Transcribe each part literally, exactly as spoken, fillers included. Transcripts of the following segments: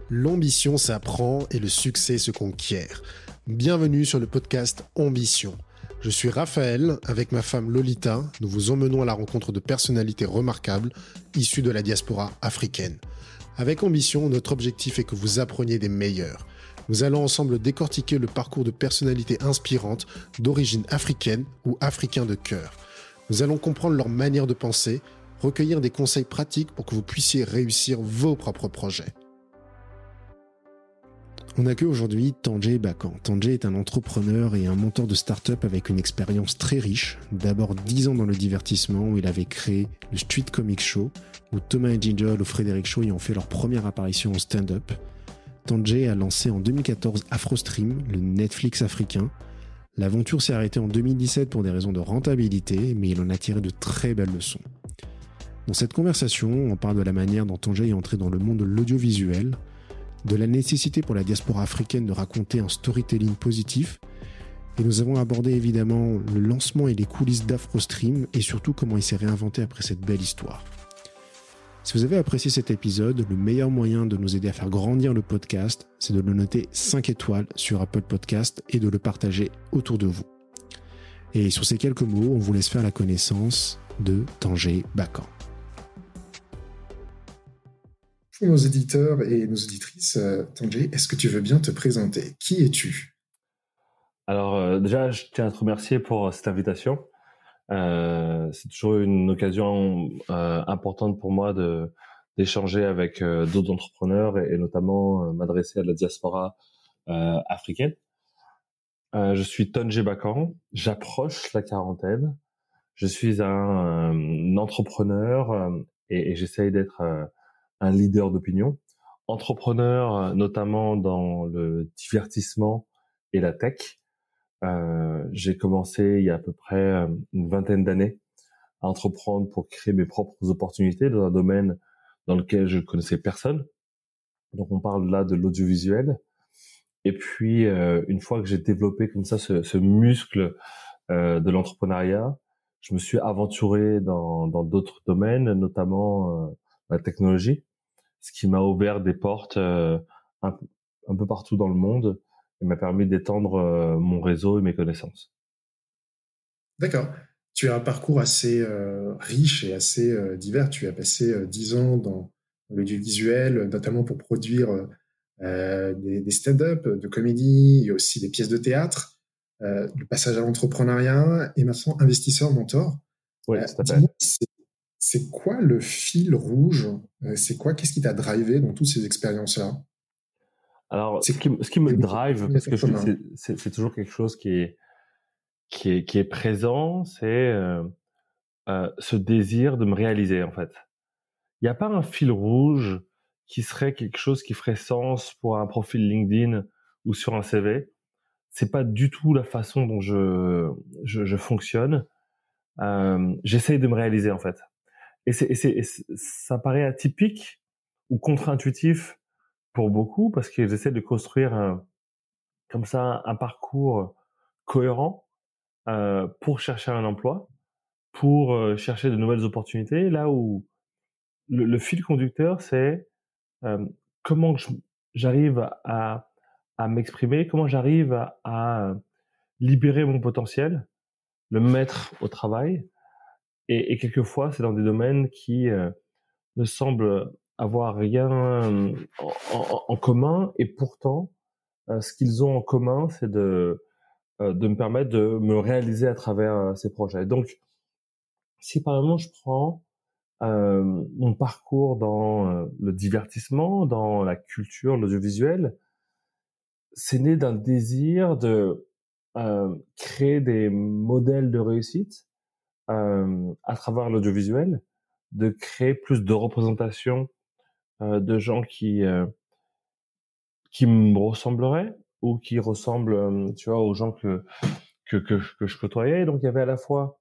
L'ambition s'apprend et le succès se conquiert. Bienvenue sur le podcast Ambition. Je suis Raphaël, avec ma femme Lolita, nous vous emmenons à la rencontre de personnalités remarquables issues de la diaspora africaine. Avec Ambition, notre objectif est que vous appreniez des meilleurs. Nous allons ensemble décortiquer le parcours de personnalités inspirantes d'origine africaine ou africains de cœur. Nous allons comprendre leur manière de penser, recueillir des conseils pratiques pour que vous puissiez réussir vos propres projets. On accueille aujourd'hui Tandjé Bakan. Tandjé est un entrepreneur et un monteur de start-up avec une expérience très riche. D'abord dix ans dans le divertissement où il avait créé le Street Comic Show, où Thomas et Ginger, le Frédéric Shaw, y ont fait leur première apparition en stand-up. Tandjé a lancé en deux mille quatorze AfroStream, le Netflix africain. L'aventure s'est arrêtée en deux mille dix-sept pour des raisons de rentabilité, mais il en a tiré de très belles leçons. Dans cette conversation, on parle de la manière dont Tandjé est entré dans le monde de l'audiovisuel, de la nécessité pour la diaspora africaine de raconter un storytelling positif, et nous avons abordé évidemment le lancement et les coulisses d'AfroStream, et surtout comment il s'est réinventé après cette belle histoire. Si vous avez apprécié cet épisode, le meilleur moyen de nous aider à faire grandir le podcast, c'est de le noter cinq étoiles sur Apple Podcast et de le partager autour de vous. Et sur ces quelques mots, on vous laisse faire la connaissance de Tandjé Bakan. Pour nos éditeurs et nos auditrices, euh, Tandjé, est-ce que tu veux bien te présenter ? Qui es-tu ? Alors euh, déjà, je tiens à te remercier pour cette invitation. Euh, c'est toujours une occasion euh, importante pour moi de d'échanger avec euh, d'autres entrepreneurs et, et notamment euh, m'adresser à la diaspora euh, africaine. Euh, je suis Tandjé Bakan, j'approche la quarantaine. Je suis un, un entrepreneur euh, et, et j'essaye d'être euh, un leader d'opinion, entrepreneur notamment dans le divertissement et la tech. Euh, j'ai commencé il y a à peu près une vingtaine d'années à entreprendre pour créer mes propres opportunités dans un domaine dans lequel je ne connaissais personne. Donc on parle là de l'audiovisuel. Et puis euh, une fois que j'ai développé comme ça ce, ce muscle euh, de l'entrepreneuriat, je me suis aventuré dans dans d'autres domaines, notamment euh, la technologie, ce qui m'a ouvert des portes euh, un, un peu partout dans le monde et m'a permis d'étendre euh, mon réseau et mes connaissances. D'accord. Tu as un parcours assez euh, riche et assez euh, divers. Tu as passé euh, dix ans dans l'audiovisuel, notamment pour produire euh, des, des stand-up, de comédie et aussi des pièces de théâtre. Euh, le passage à l'entrepreneuriat et maintenant investisseur mentor. Oui, Euh, tout à fait. dis-moi, c'est, c'est quoi le fil rouge ? euh, C'est quoi ? Qu'est-ce qui t'a drivé dans toutes ces expériences-là ? Alors, C'est ce qui, ce qui me quoi drive, parce que je, commun c'est, c'est, c'est toujours quelque chose qui est, qui est, qui est présent, c'est euh, euh, ce désir de me réaliser, en fait. Il n'y a pas un fil rouge qui serait quelque chose qui ferait sens pour un profil LinkedIn ou sur un C V. C'est pas du tout la façon dont je, je, je fonctionne. Euh, j'essaye de me réaliser, en fait. Et, c'est, et, c'est, et c'est, ça paraît atypique ou contre-intuitif pour beaucoup parce qu'ils essaient de construire un, comme ça un parcours cohérent euh, pour chercher un emploi, pour euh, chercher de nouvelles opportunités. Là où le, le fil conducteur, c'est euh, comment je, j'arrive à, à m'exprimer, comment j'arrive à, à libérer mon potentiel, le mettre au travail. Et, et quelquefois, c'est dans des domaines qui euh, ne semblent avoir rien en, en, en commun, et pourtant, euh, ce qu'ils ont en commun, c'est de euh, de me permettre de me réaliser à travers euh, ces projets. Donc, si par exemple je prends euh, mon parcours dans euh, le divertissement, dans la culture, l'audiovisuel, c'est né d'un désir de euh, créer des modèles de réussite euh, à travers l'audiovisuel, de créer plus de représentation euh, de gens qui euh, qui me ressembleraient ou qui ressemblent, euh, tu vois, aux gens que que que, que je côtoyais. Donc il y avait à la fois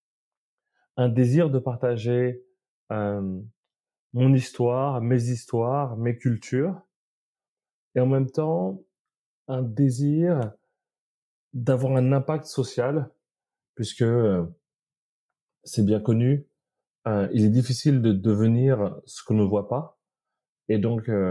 un désir de partager euh, mon histoire, mes histoires, mes cultures, et en même temps un désir d'avoir un impact social, puisque euh, c'est bien connu, euh, il est difficile de devenir ce qu'on ne voit pas, et donc euh,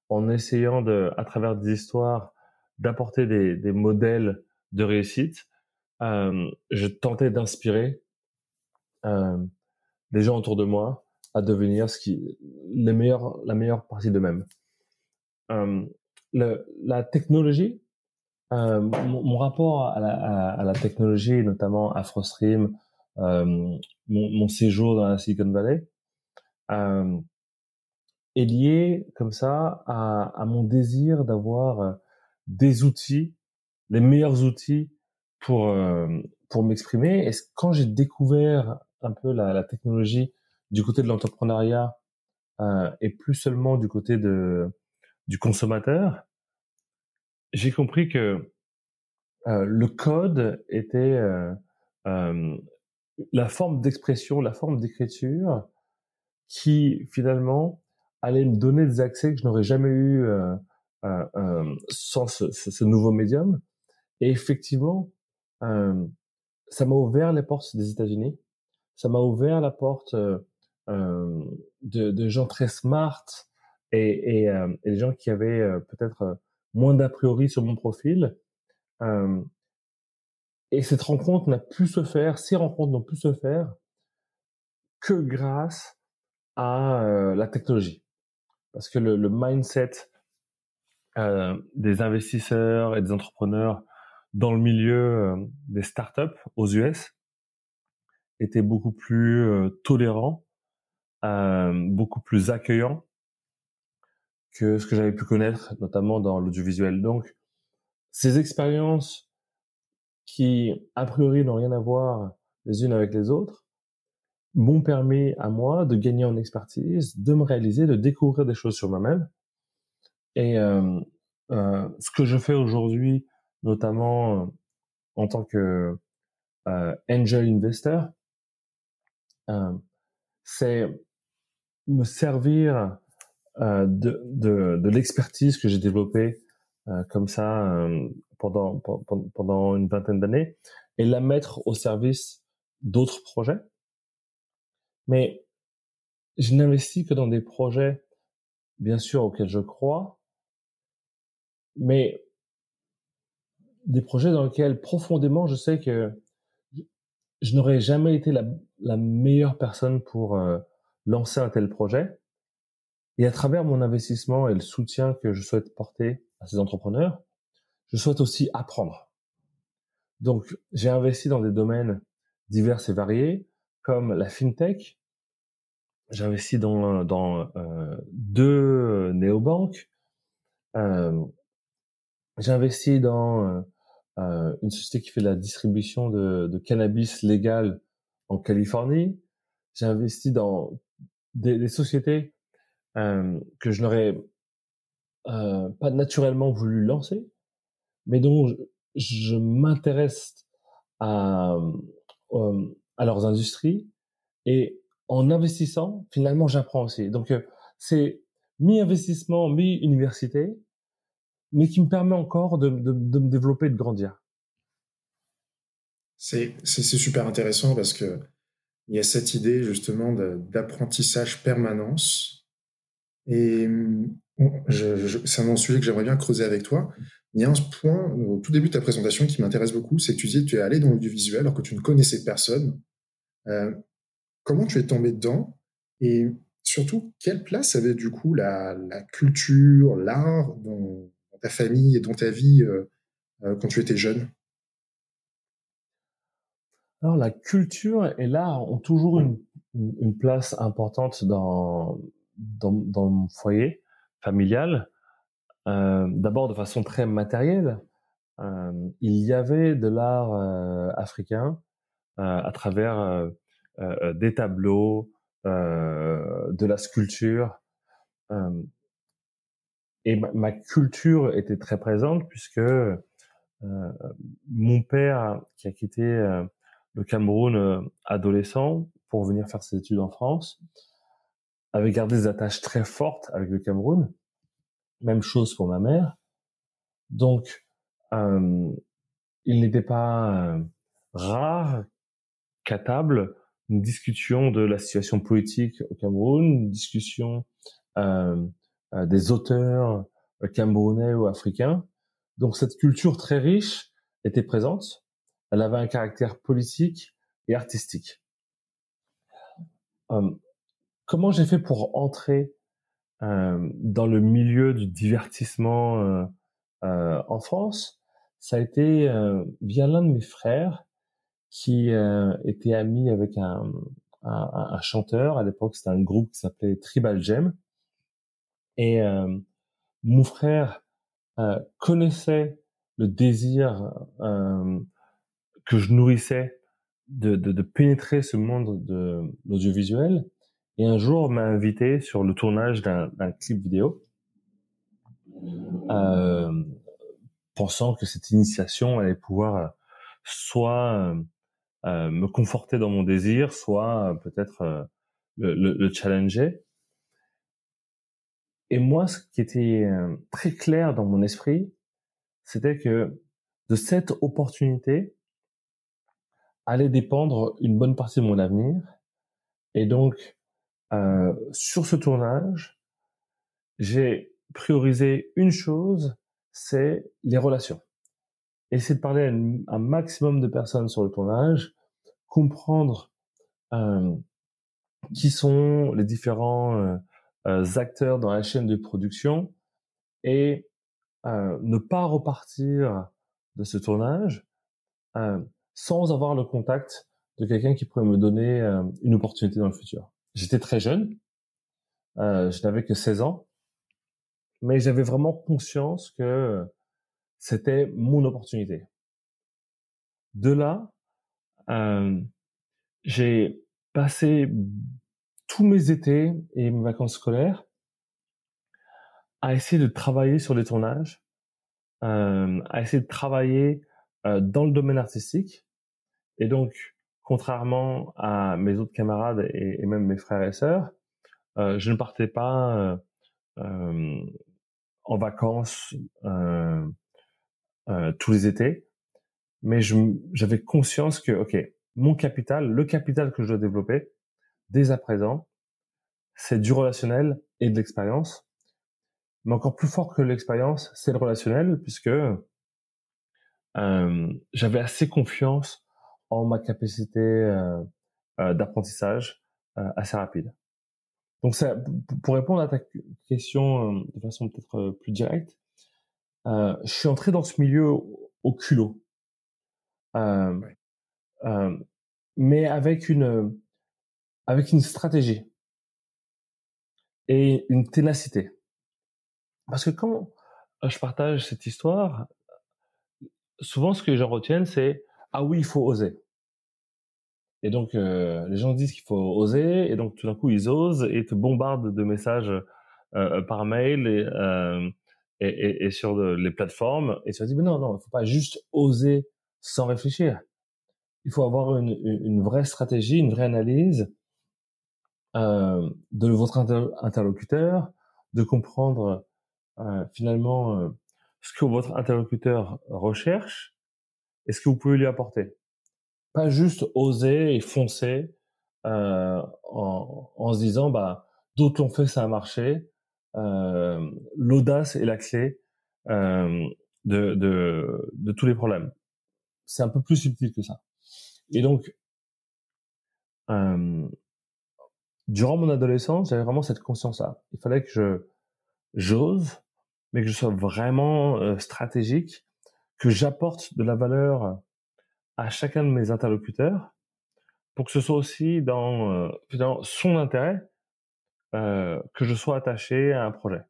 en essayant de, à travers des histoires, d'apporter des, des modèles de réussite. Euh, je tentais d'inspirer euh, des gens autour de moi à devenir ce qui, les meilleurs, la meilleure partie d'eux-mêmes. Euh, le, la technologie, euh, mon, mon rapport à la, à, à la technologie, notamment AfroStream, euh, mon, mon séjour dans la Silicon Valley, euh, est lié comme ça à, à mon désir d'avoir des outils, les meilleurs outils pour euh, pour m'exprimer. Et quand j'ai découvert un peu la, la technologie du côté de l'entrepreneuriat euh, et plus seulement du côté de du consommateur, j'ai compris que euh, le code était euh, euh, la forme d'expression, la forme d'écriture qui finalement allait me donner des accès que je n'aurais jamais eu euh, euh, euh, sans ce, ce, ce nouveau médium. Et effectivement, euh, ça m'a ouvert les portes des États-Unis. Ça m'a ouvert la porte euh, euh, de, de gens très smart et, et, euh, et des gens qui avaient euh, peut-être euh, moins d'a priori sur mon profil. Euh, et cette rencontre n'a pu se faire, ces rencontres n'ont pu se faire que grâce à euh, la technologie. Parce que le, le mindset euh, des investisseurs et des entrepreneurs dans le milieu euh, des startups aux U S était beaucoup plus euh, tolérant, euh, beaucoup plus accueillant que ce que j'avais pu connaître, notamment dans l'audiovisuel. Donc, ces expériences qui, a priori, n'ont rien à voir les unes avec les autres, m'ont permis à moi de gagner en expertise, de me réaliser, de découvrir des choses sur moi-même. Et euh, euh, ce que je fais aujourd'hui, notamment euh, en tant que euh, angel investor, euh, c'est me servir euh, de, de, de l'expertise que j'ai développée euh, comme ça euh, pendant, pendant, pendant une vingtaine d'années et la mettre au service d'autres projets. Mais je n'investis que dans des projets, bien sûr, auxquels je crois, mais des projets dans lesquels profondément je sais que je n'aurais jamais été la, la meilleure personne pour euh, lancer un tel projet. Et à travers mon investissement et le soutien que je souhaite porter à ces entrepreneurs, je souhaite aussi apprendre. Donc, j'ai investi dans des domaines divers et variés, comme la fintech. J'ai investi dans, dans euh, deux néobanques. Euh, j'ai investi dans euh, une société qui fait la distribution de, de cannabis légal en Californie. J'ai investi dans des, des sociétés euh, que je n'aurais euh, pas naturellement voulu lancer, mais dont je, je m'intéresse à, euh, à leurs industries et en investissant, finalement, j'apprends aussi. Donc, euh, c'est mi-investissement, mi-université, mais qui me permet encore de, de, de me développer et de grandir. C'est, c'est, c'est super intéressant parce que il y a cette idée justement de, d'apprentissage permanence. Et bon, je, je, c'est un sujet que j'aimerais bien creuser avec toi. Il y a un point au tout début de ta présentation qui m'intéresse beaucoup, c'est que tu dis que tu es allé dans l'audiovisuel alors que tu ne connaissais personne. Euh, comment tu es tombé dedans et surtout, quelle place avait du coup la, la culture, l'art dans, dans ta famille et dans ta vie euh, euh, quand tu étais jeune? Alors, la culture et l'art ont toujours une, une place importante dans, dans, dans mon foyer familial. Euh, d'abord de façon très matérielle. Euh, il y avait de l'art euh, africain euh, à travers euh, euh, des tableaux, euh, de la sculpture. Euh, et ma, ma culture était très présente puisque euh, mon père, qui a quitté euh, le Cameroun euh, adolescent pour venir faire ses études en France, avait gardé des attaches très fortes avec le Cameroun. Même chose pour ma mère. Donc, euh, il n'était pas euh, rare qu'à table, nous discutions de la situation politique au Cameroun, une discussion euh, euh, des auteurs euh, camerounais ou africains. Donc cette culture très riche était présente. Elle avait un caractère politique et artistique. Euh, comment j'ai fait pour entrer euh, dans le milieu du divertissement euh, euh, en France? Ça a été euh, via l'un de mes frères qui euh, était ami avec un, un, un chanteur. À l'époque, c'était un groupe qui s'appelait Tribal Gem. Et euh, mon frère euh, connaissait le désir euh, que je nourrissais de, de, de pénétrer ce monde de l'audiovisuel. Et un jour, m'a invité sur le tournage d'un, d'un clip vidéo, euh, pensant que cette initiation allait pouvoir soit euh, euh, me conforter dans mon désir, soit euh, peut-être euh, le, le, le challenger. Et moi, ce qui était euh, très clair dans mon esprit, c'était que de cette opportunité allait dépendre une bonne partie de mon avenir. Et donc, euh, sur ce tournage, j'ai priorisé une chose, c'est les relations. Essayer de parler à une, un maximum de personnes sur le tournage, comprendre euh, qui sont les différents euh, euh, acteurs dans la chaîne de production et euh, ne pas repartir de ce tournage euh, sans avoir le contact de quelqu'un qui pourrait me donner euh, une opportunité dans le futur. J'étais très jeune, euh, je n'avais que seize ans, mais j'avais vraiment conscience que c'était mon opportunité. De là, euh, j'ai passé tous mes étés et mes vacances scolaires à essayer de travailler sur les tournages, euh, à essayer de travailler euh, dans le domaine artistique. Et donc, contrairement à mes autres camarades et, et même mes frères et sœurs, euh, je ne partais pas euh, euh, en vacances euh, euh, tous les étés, mais je, j'avais conscience que, ok, mon capital, le capital que je dois développer dès à présent, c'est du relationnel et de l'expérience. Mais encore plus fort que l'expérience, c'est le relationnel, puisque euh, j'avais assez confiance en ma capacité euh, euh, d'apprentissage euh, assez rapide. Donc, ça, pour répondre à ta question euh, de façon peut-être euh, plus directe, euh, je suis entré dans ce milieu au, au culot, euh, Ouais. euh, mais avec une avec une stratégie et une ténacité. Parce que quand je partage cette histoire, souvent ce que les gens retiennent, c'est ah oui, il faut oser. Et donc euh, les gens disent qu'il faut oser, et donc tout d'un coup ils osent et te bombardent de messages euh, par mail et, euh, et, et, et sur de, les plateformes. Et tu vas dire mais non non, il faut pas juste oser sans réfléchir. Il faut avoir une, une vraie stratégie, une vraie analyse euh, de votre inter- interlocuteur, de comprendre euh, finalement euh, ce que votre interlocuteur recherche et ce que vous pouvez lui apporter. Pas juste oser et foncer euh, en, en se disant bah d'autres l'ont fait, ça a marché. Euh, l'audace est la clé euh, de, de, de tous les problèmes. C'est un peu plus subtil que ça. Et donc, euh, durant mon adolescence, j'avais vraiment cette conscience-là. Il fallait que je j'ose, mais que je sois vraiment euh, stratégique, que j'apporte de la valeur à chacun de mes interlocuteurs, pour que ce soit aussi dans, euh, dans son intérêt euh, que je sois attaché à un projet.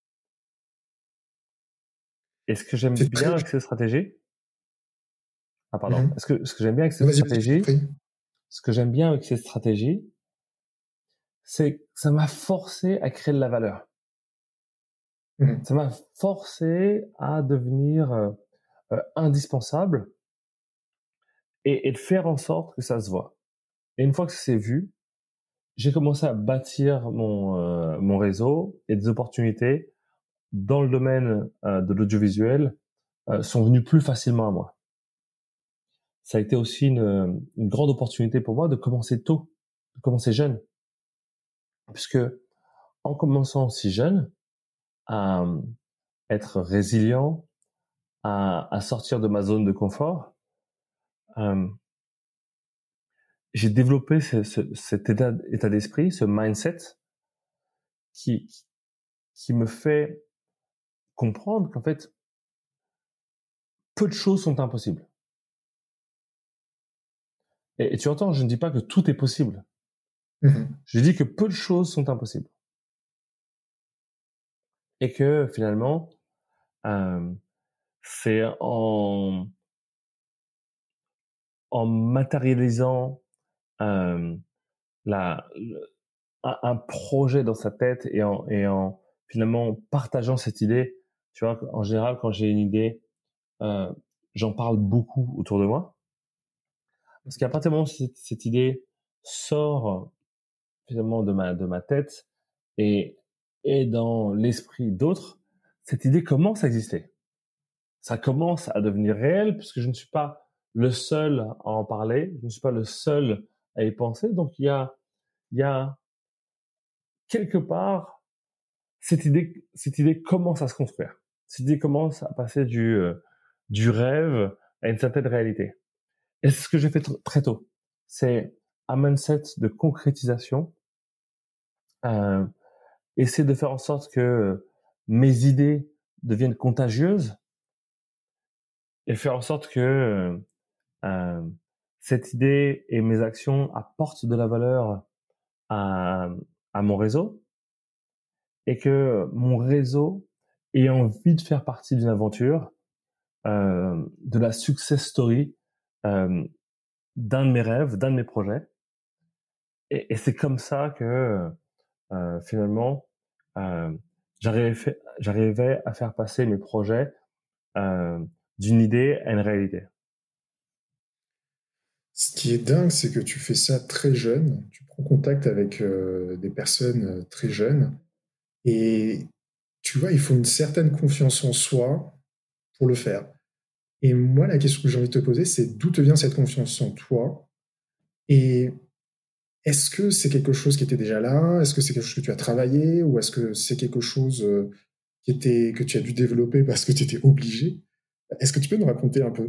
Et ce que j'aime C'est bien très... avec cette stratégie, ah pardon, Mhm. est-ce que ce que j'aime bien avec Non, cette vas-y, vas-y, je t'en stratégie, prie. ce que j'aime bien avec cette stratégie, c'est que ça m'a forcé à créer de la valeur. Mhm. Ça m'a forcé à devenir euh, euh, indispensable et, et de faire en sorte que ça se voit. Et une fois que c'est vu, j'ai commencé à bâtir mon euh, mon réseau et des opportunités dans le domaine euh, de l'audiovisuel euh, sont venues plus facilement à moi. Ça a été aussi une, une grande opportunité pour moi de commencer tôt, de commencer jeune, puisque en commençant si jeune, à être résilient, à, à sortir de ma zone de confort, euh, j'ai développé ce, ce, cet état, état d'esprit, ce mindset qui, qui me fait comprendre qu'en fait, peu de choses sont impossibles. Et, et tu entends, je ne dis pas que tout est possible. Mmh. Je dis que peu de choses sont impossibles. Et que finalement, euh, c'est en, en matérialisant euh, la, le, un, un projet dans sa tête et en, et en finalement partageant cette idée. Tu vois, en général, quand j'ai une idée, euh, j'en parle beaucoup autour de moi. Parce qu'à partir du moment où cette, cette idée sort finalement de ma, de ma tête et est dans l'esprit d'autres, cette idée commence à exister. Ça commence à devenir réel puisque je ne suis pas le seul à en parler, je ne suis pas le seul à y penser. Donc il y a, il y a quelque part cette idée, cette idée commence à se construire. Cette idée commence à passer du, euh, du rêve à une certaine réalité. Et c'est ce que j'ai fait tr- très tôt. C'est un mindset de concrétisation, euh, essayer de faire en sorte que mes idées deviennent contagieuses et faire en sorte que euh, cette idée et mes actions apportent de la valeur à, à mon réseau et que mon réseau ait envie de faire partie d'une aventure, euh, de la success story euh, d'un de mes rêves, d'un de mes projets. Et, et c'est comme ça que euh, finalement euh, j'arrivais, j'arrivais à faire passer mes projets euh, d'une idée à une réalité. Ce qui est dingue, c'est que tu fais ça très jeune. Tu prends contact avec euh, des personnes euh, très jeunes. Et tu vois, il faut une certaine confiance en soi pour le faire. Et moi, la question que j'ai envie de te poser, c'est d'où te vient cette confiance en toi? Et est-ce que c'est quelque chose qui était déjà là? Est-ce que c'est quelque chose que tu as travaillé? Ou est-ce que c'est quelque chose euh, qui était, que tu as dû développer parce que tu étais obligé? Est-ce que tu peux nous raconter un peu?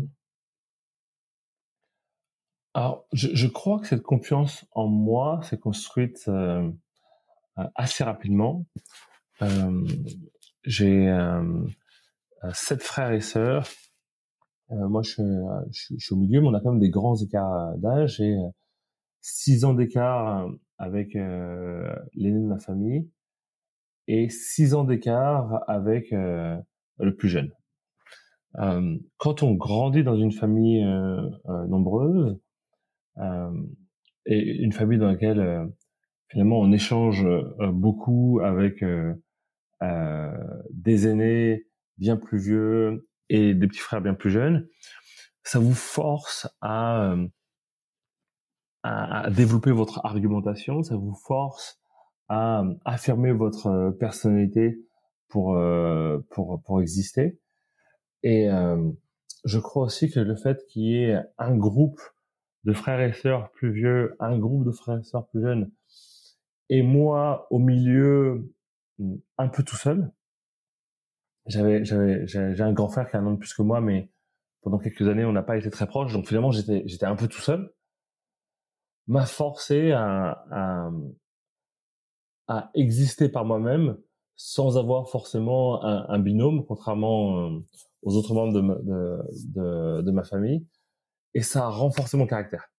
Alors, je, je crois que cette confiance en moi s'est construite euh, assez rapidement. Euh, j'ai euh, sept frères et sœurs. Euh, moi, je suis, je, suis, je suis au milieu, mais on a quand même des grands écarts d'âge. J'ai six ans d'écart avec euh, l'aîné de ma famille et six ans d'écart avec euh, le plus jeune. Euh, quand on grandit dans une famille euh, euh, nombreuse euh, et une famille dans laquelle euh, finalement on échange euh, beaucoup avec euh, euh, des aînés bien plus vieux et des petits frères bien plus jeunes, ça vous force à, à, à développer votre argumentation, ça vous force à affirmer votre personnalité pour euh, pour pour exister. Et euh, je crois aussi que le fait qu'il y ait un groupe de frères et sœurs plus vieux, un groupe de frères et sœurs plus jeunes, et moi au milieu, un peu tout seul. J'avais, j'avais, j'ai j'ai un grand frère qui a un an de plus que moi, mais pendant quelques années, on n'a pas été très proches, donc finalement, j'étais, j'étais un peu tout seul. M'a forcé à, à, à exister par moi-même sans avoir forcément un, un binôme, contrairement euh, aux autres membres de, ma- de, de, de ma famille. Et ça a renforcé mon caractère.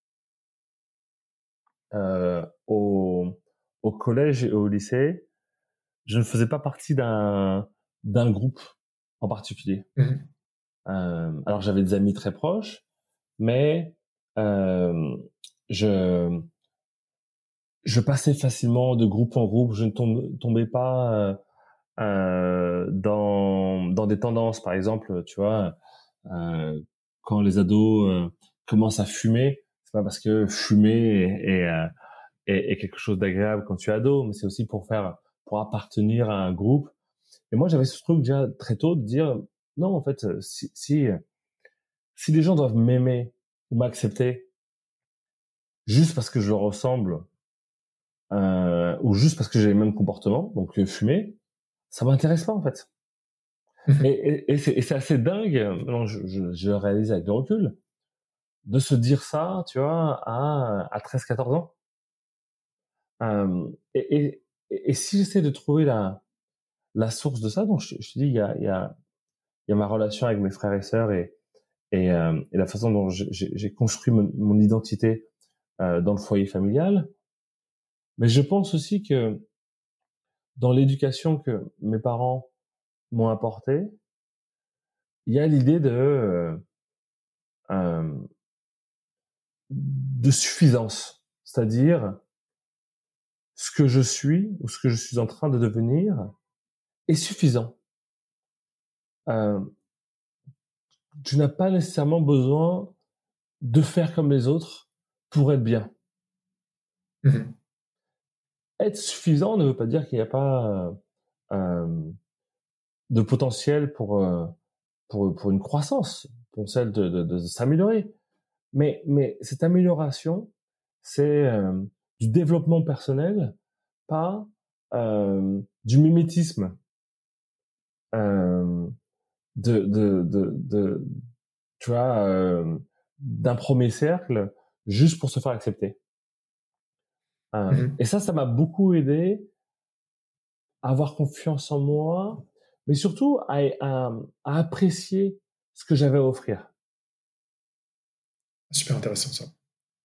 Euh, au, au collège et au lycée, je ne faisais pas partie d'un, d'un groupe en particulier. Mhm. Euh, alors j'avais des amis très proches, mais euh, je je passais facilement de groupe en groupe. Je ne tombe, tombais pas euh, euh, dans dans des tendances. Par exemple, tu vois, euh, quand les ados euh, commencent à fumer, c'est pas parce que fumer est, est, euh, est, est quelque chose d'agréable quand tu es ado, mais c'est aussi pour faire pour appartenir à un groupe. Et moi, j'avais ce truc déjà très tôt de dire non, en fait, si si si les gens doivent m'aimer ou m'accepter juste parce que je leur ressemble euh, ou juste parce que j'ai les mêmes comportements, donc euh, fumer, ça m'intéresse pas en fait. et, et, et, c'est, et c'est assez dingue, non, je, je, je le réalise avec le recul, de se dire ça, tu vois, à, à treize quatorze ans. Euh, et, et, et si j'essaie de trouver la, la source de ça, donc je, je te dis, il y a, il y, a, il y a ma relation avec mes frères et sœurs et, et, euh, et la façon dont j'ai, j'ai construit mon, mon identité euh, dans le foyer familial. Mais je pense aussi que dans l'éducation que mes parents m'ont apportée, il y a l'idée de euh, euh, de suffisance, c'est-à-dire ce que je suis ou ce que je suis en train de devenir est suffisant. Euh, tu n'as pas nécessairement besoin de faire comme les autres pour être bien. Mmh. Être suffisant ne veut pas dire qu'il n'y a pas euh, de potentiel pour, euh, pour, pour une croissance, pour celle de, de, de s'améliorer. Mais, mais cette amélioration, c'est euh, du développement personnel, pas euh, du mimétisme euh, de, de, de, de, tu vois, euh, d'un premier cercle, juste pour se faire accepter. Euh, Mmh. et ça, ça m'a beaucoup aidé à avoir confiance en moi, mais surtout à, à, à apprécier ce que j'avais à offrir. Super intéressant ça.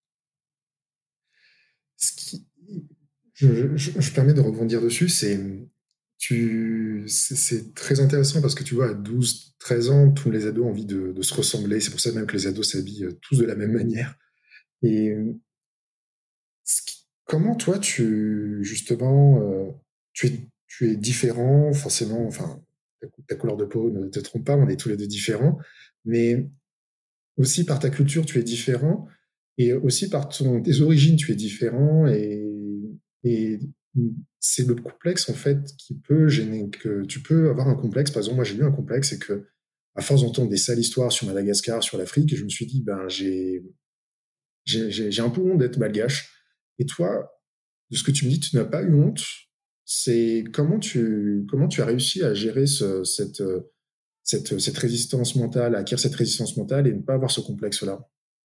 Ce qui, je, je, je permets de rebondir dessus, c'est tu, c'est, c'est très intéressant parce que tu vois, à douze treize ans, tous les ados ont envie de, de se ressembler. C'est pour ça même que les ados s'habillent tous de la même manière. Et ce qui- comment toi, tu, justement, euh, tu es, tu es différent, forcément, enfin, ta, ta couleur de peau ne te trompe pas, on est tous les deux différents, mais aussi par ta culture, tu es différent. Et aussi par ton, tes origines, tu es différent et, et c'est le complexe en fait qui peut gêner, que tu peux avoir un complexe. Par exemple, moi j'ai eu un complexe, c'est que à force d'entendre des sales histoires sur Madagascar, sur l'Afrique, je me suis dit ben j'ai j'ai, j'ai, j'ai un peu honte d'être malgache. Et toi, de ce que tu me dis, tu n'as pas eu honte. C'est comment tu comment tu as réussi à gérer ce, cette cette cette résistance mentale, à acquérir cette résistance mentale et ne pas avoir ce complexe-là.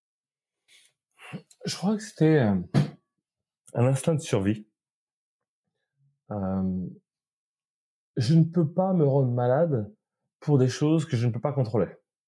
Je crois que c'était euh, un instinct de survie. Euh, je ne peux pas me rendre malade pour des choses que je ne peux pas contrôler.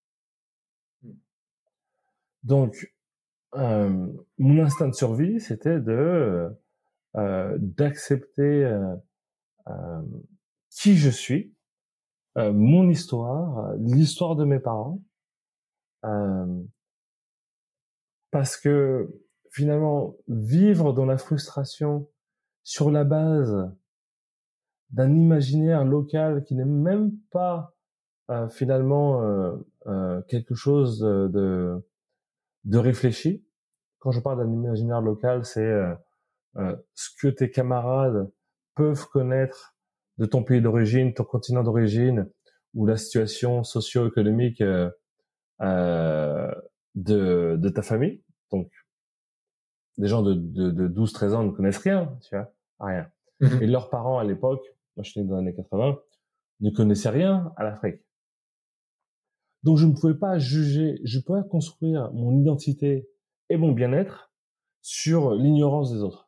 Donc, euh, mon instinct de survie, c'était de euh, d'accepter euh, euh, qui je suis, euh, mon histoire, l'histoire de mes parents, euh, parce que finalement, vivre dans la frustration sur la base d'un imaginaire local qui n'est même pas euh, finalement euh, euh, quelque chose de, de, de réfléchi. Quand je parle d'un imaginaire local, c'est euh, euh, ce que tes camarades peuvent connaître de ton pays d'origine, ton continent d'origine, ou la situation socio-économique euh, euh, de, de ta famille. Donc, des gens de, de, de douze treize ans ne connaissent rien, tu vois, rien. Mmh. Et leurs parents à l'époque, moi je suis né dans les années quatre-vingts, ne connaissaient rien à l'Afrique. Donc je ne pouvais pas juger, je pouvais construire mon identité et mon bien-être sur l'ignorance des autres.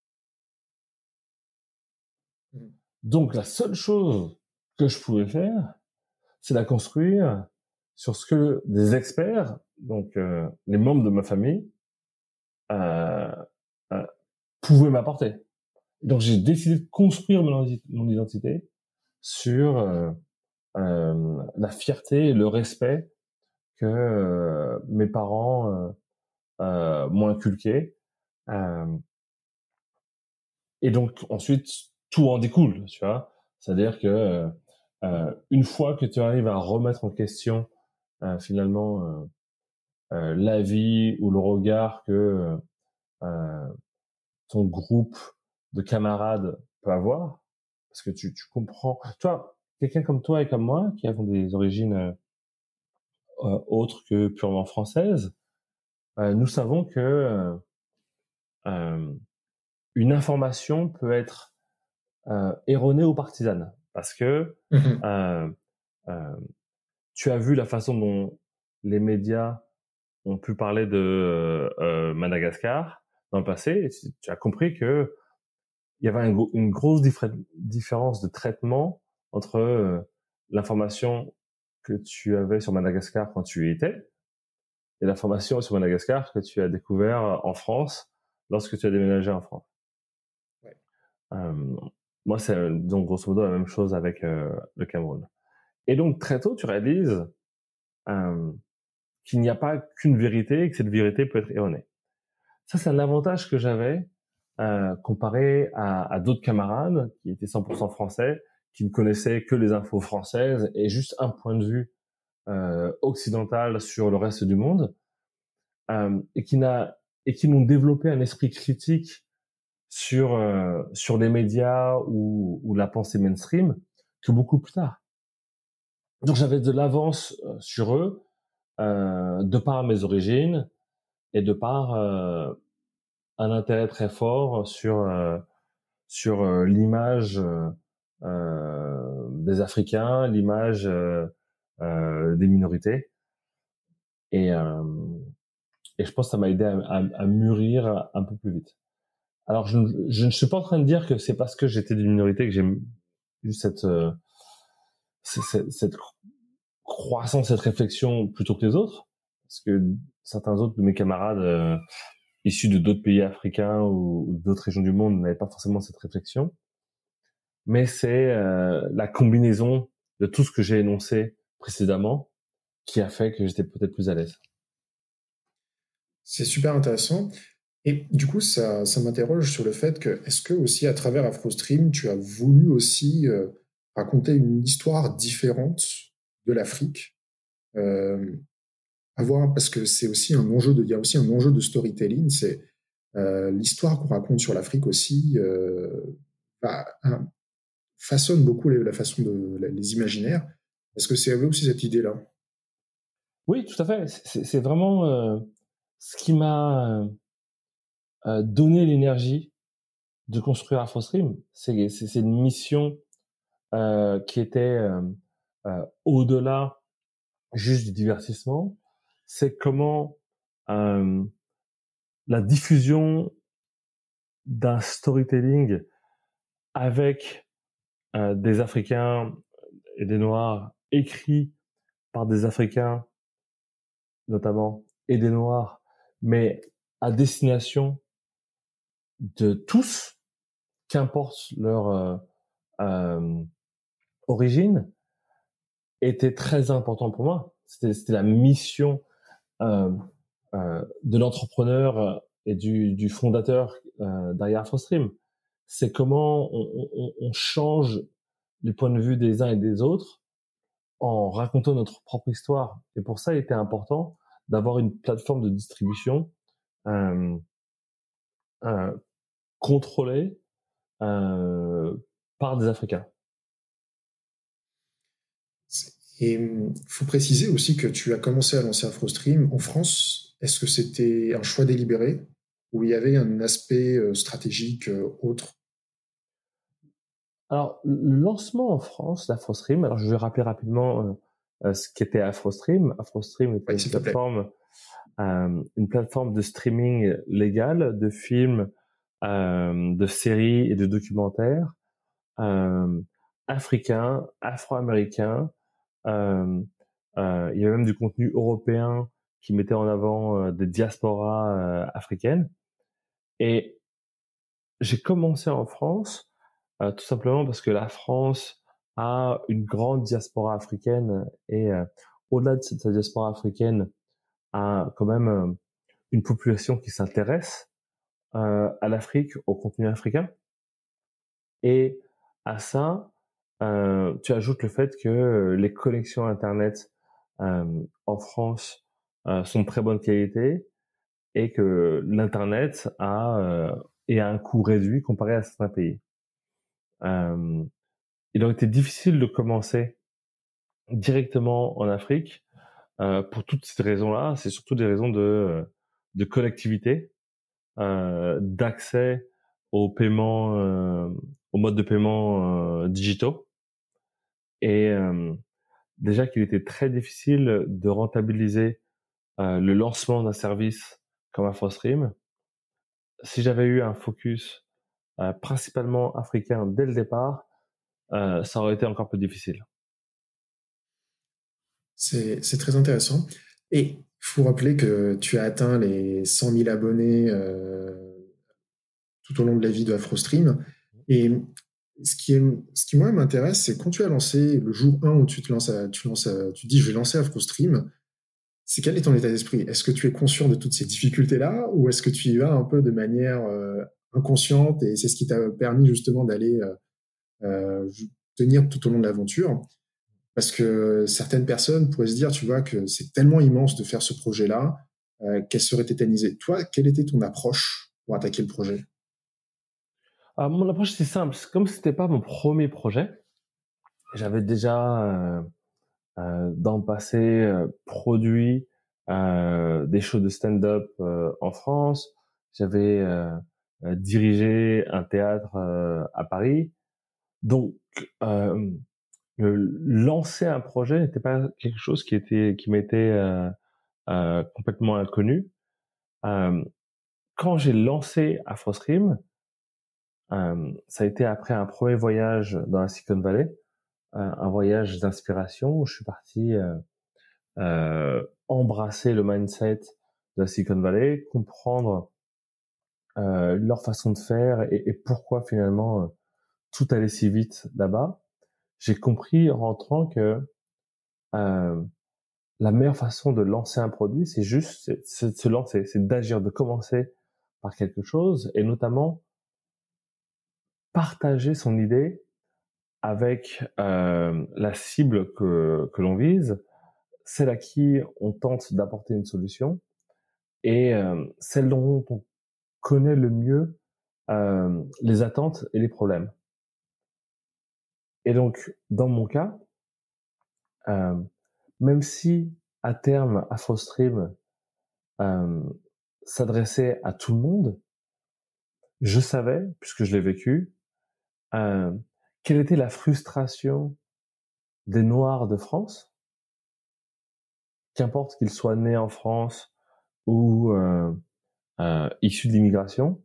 Donc la seule chose que je pouvais faire, c'est la construire sur ce que des experts, donc euh, les membres de ma famille, euh, euh, pouvaient m'apporter. Donc j'ai décidé de construire mon, mon identité sur euh, euh, la fierté et le respect que euh, mes parents euh, euh, m'ont inculqué. Euh, et donc ensuite tout en découle, tu vois. C'est-à-dire que euh, euh, une fois que tu arrives à remettre en question euh, finalement euh, euh, l'avis ou le regard que euh, ton groupe de camarades peut avoir, parce que tu, tu comprends. Toi, quelqu'un comme toi et comme moi, qui avons des origines euh, autres que purement françaises, euh, nous savons que euh, euh, une information peut être euh, erronée ou partisane. parce que Mhm. euh, euh, tu as vu la façon dont les médias ont pu parler de euh, euh, Madagascar dans le passé, et tu, tu as compris que il y avait un, une grosse diffé- différence de traitement entre euh, l'information que tu avais sur Madagascar quand tu y étais et l'information sur Madagascar que tu as découvert en France lorsque tu as déménagé en France. Ouais. Euh, moi, c'est euh, donc grosso modo la même chose avec euh, le Cameroun. Et donc très tôt, tu réalises euh, qu'il n'y a pas qu'une vérité et que cette vérité peut être erronée. Ça, c'est un avantage que j'avais euh, comparé à, à d'autres camarades qui étaient cent pour cent français, qui ne connaissaient que les infos françaises et juste un point de vue euh, occidental sur le reste du monde, euh, et qui n'a et qui n'ont développé un esprit critique sur euh, sur les médias ou, ou la pensée mainstream que beaucoup plus tard. Donc j'avais de l'avance euh, sur eux euh, de par mes origines et de par euh, un intérêt très fort sur euh, sur euh, l'image euh, euh, des Africains, l'image euh, euh, des minorités, et euh, et je pense que ça m'a aidé à, à, à mûrir un peu plus vite. Alors je, je ne suis pas en train de dire que c'est parce que j'étais d'une minorité que j'ai eu cette euh, cette, cette croissance, cette réflexion plutôt que les autres, parce que certains autres de mes camarades euh, issus de d'autres pays africains ou, ou d'autres régions du monde n'avaient pas forcément cette réflexion. Mais c'est euh, la combinaison de tout ce que j'ai énoncé précédemment qui a fait que j'étais peut-être plus à l'aise. C'est super intéressant. Et du coup, ça, ça m'interroge sur le fait que, est-ce que aussi à travers AfroStream, tu as voulu aussi euh, raconter une histoire différente de l'Afrique, euh, avoir, parce que c'est aussi un enjeu de, il y a aussi un enjeu de storytelling, c'est euh, l'histoire qu'on raconte sur l'Afrique aussi euh, bah, un- façonne beaucoup les- la façon de les imaginaires. Est-ce que c'est aussi cette idée-là? Oui, tout à fait. C'est, c'est vraiment euh, ce qui m'a euh, donné l'énergie de construire AfroStream. C'est, c'est, c'est une mission euh, qui était euh, euh, au-delà juste du divertissement. C'est comment euh, la diffusion d'un storytelling avec euh, des Africains et des Noirs, écrits par des Africains notamment, et des Noirs, mais à destination de tous, qu'importe leur euh, euh, origine, était très important pour moi. C'était, c'était la mission euh, euh, de l'entrepreneur et du, du fondateur euh, derrière AfroStream. C'est comment on, on, on change les points de vue des uns et des autres en racontant notre propre histoire. Et pour ça, il était important d'avoir une plateforme de distribution euh, euh, contrôlée euh, par des Africains. Et il faut préciser aussi que tu as commencé à lancer AfroStream en France. Est-ce que c'était un choix délibéré ou il y avait un aspect euh, stratégique euh, autre? Alors, le lancement en France d'AfroStream, alors je vais rappeler rapidement euh, euh, ce qu'était AfroStream. AfroStream était Oui, une s'il te plaît. plateforme, euh, une plateforme de streaming légal de films, euh, de séries et de documentaires euh, africains, afro-américains. Euh, euh, il y avait même du contenu européen qui mettait en avant euh, des diasporas euh, africaines. Et j'ai commencé en France euh, tout simplement parce que la France a une grande diaspora africaine et euh, au-delà de cette diaspora africaine, a quand même euh, une population qui s'intéresse euh, à l'Afrique, au contenu africain. Et à ça, euh, tu ajoutes le fait que les connexions Internet euh, en France euh, sont de très bonne qualité et que l'Internet a, euh, est à un coût réduit comparé à certains pays. Euh, il aurait été difficile de commencer directement en Afrique euh, pour toutes ces raisons-là. C'est surtout des raisons de, de connectivité, euh, d'accès aux paiements, euh, aux modes de paiement euh, digitaux. et euh, déjà qu'il était très difficile de rentabiliser euh, le lancement d'un service comme AfroStream. Si j'avais eu un focus euh, principalement africain dès le départ, euh, ça aurait été encore plus difficile. C'est, c'est très intéressant. Et il faut rappeler que tu as atteint les cent mille abonnés euh, tout au long de la vie de AfroStream. Et ce qui, est, ce qui moi m'intéresse, c'est quand tu as lancé le jour un où tu te lances, à, tu, lances à, tu dis je vais lancer AfroStream, c'est quel est ton état d'esprit? Est-ce que tu es conscient de toutes ces difficultés-là ou est-ce que tu y vas un peu de manière euh, inconsciente et c'est ce qui t'a permis justement d'aller euh, euh, tenir tout au long de l'aventure? Parce que certaines personnes pourraient se dire, tu vois, que c'est tellement immense de faire ce projet-là euh, qu'elles seraient tétanisées. Toi, quelle était ton approche pour attaquer le projet? Euh, mon approche, c'est simple. Comme c'était pas mon premier projet, j'avais déjà euh, euh, dans le passé euh, produit euh, des shows de stand-up euh, en France. J'avais euh, euh, dirigé un théâtre euh, à Paris. Donc, euh, le, lancer un projet n'était pas quelque chose qui était qui m'était euh, euh, complètement inconnu. Euh, quand j'ai lancé AfroStream, euh, ça a été après un premier voyage dans la Silicon Valley, euh, un voyage d'inspiration où je suis parti euh, euh, embrasser le mindset de la Silicon Valley, comprendre euh, leur façon de faire et, et pourquoi finalement euh, tout allait si vite là-bas. J'ai compris en rentrant que euh, la meilleure façon de lancer un produit, c'est juste c'est, c'est de se lancer, c'est d'agir, de commencer par quelque chose et notamment partager son idée avec euh, la cible que, que l'on vise, celle à qui on tente d'apporter une solution et euh, celle dont on connaît le mieux euh, les attentes et les problèmes. Et donc, dans mon cas, euh, même si à terme AfroStream euh, s'adressait à tout le monde, je savais, puisque je l'ai vécu, euh, quelle était la frustration des Noirs de France, qu'importe qu'ils soient nés en France ou euh, euh, issus de l'immigration,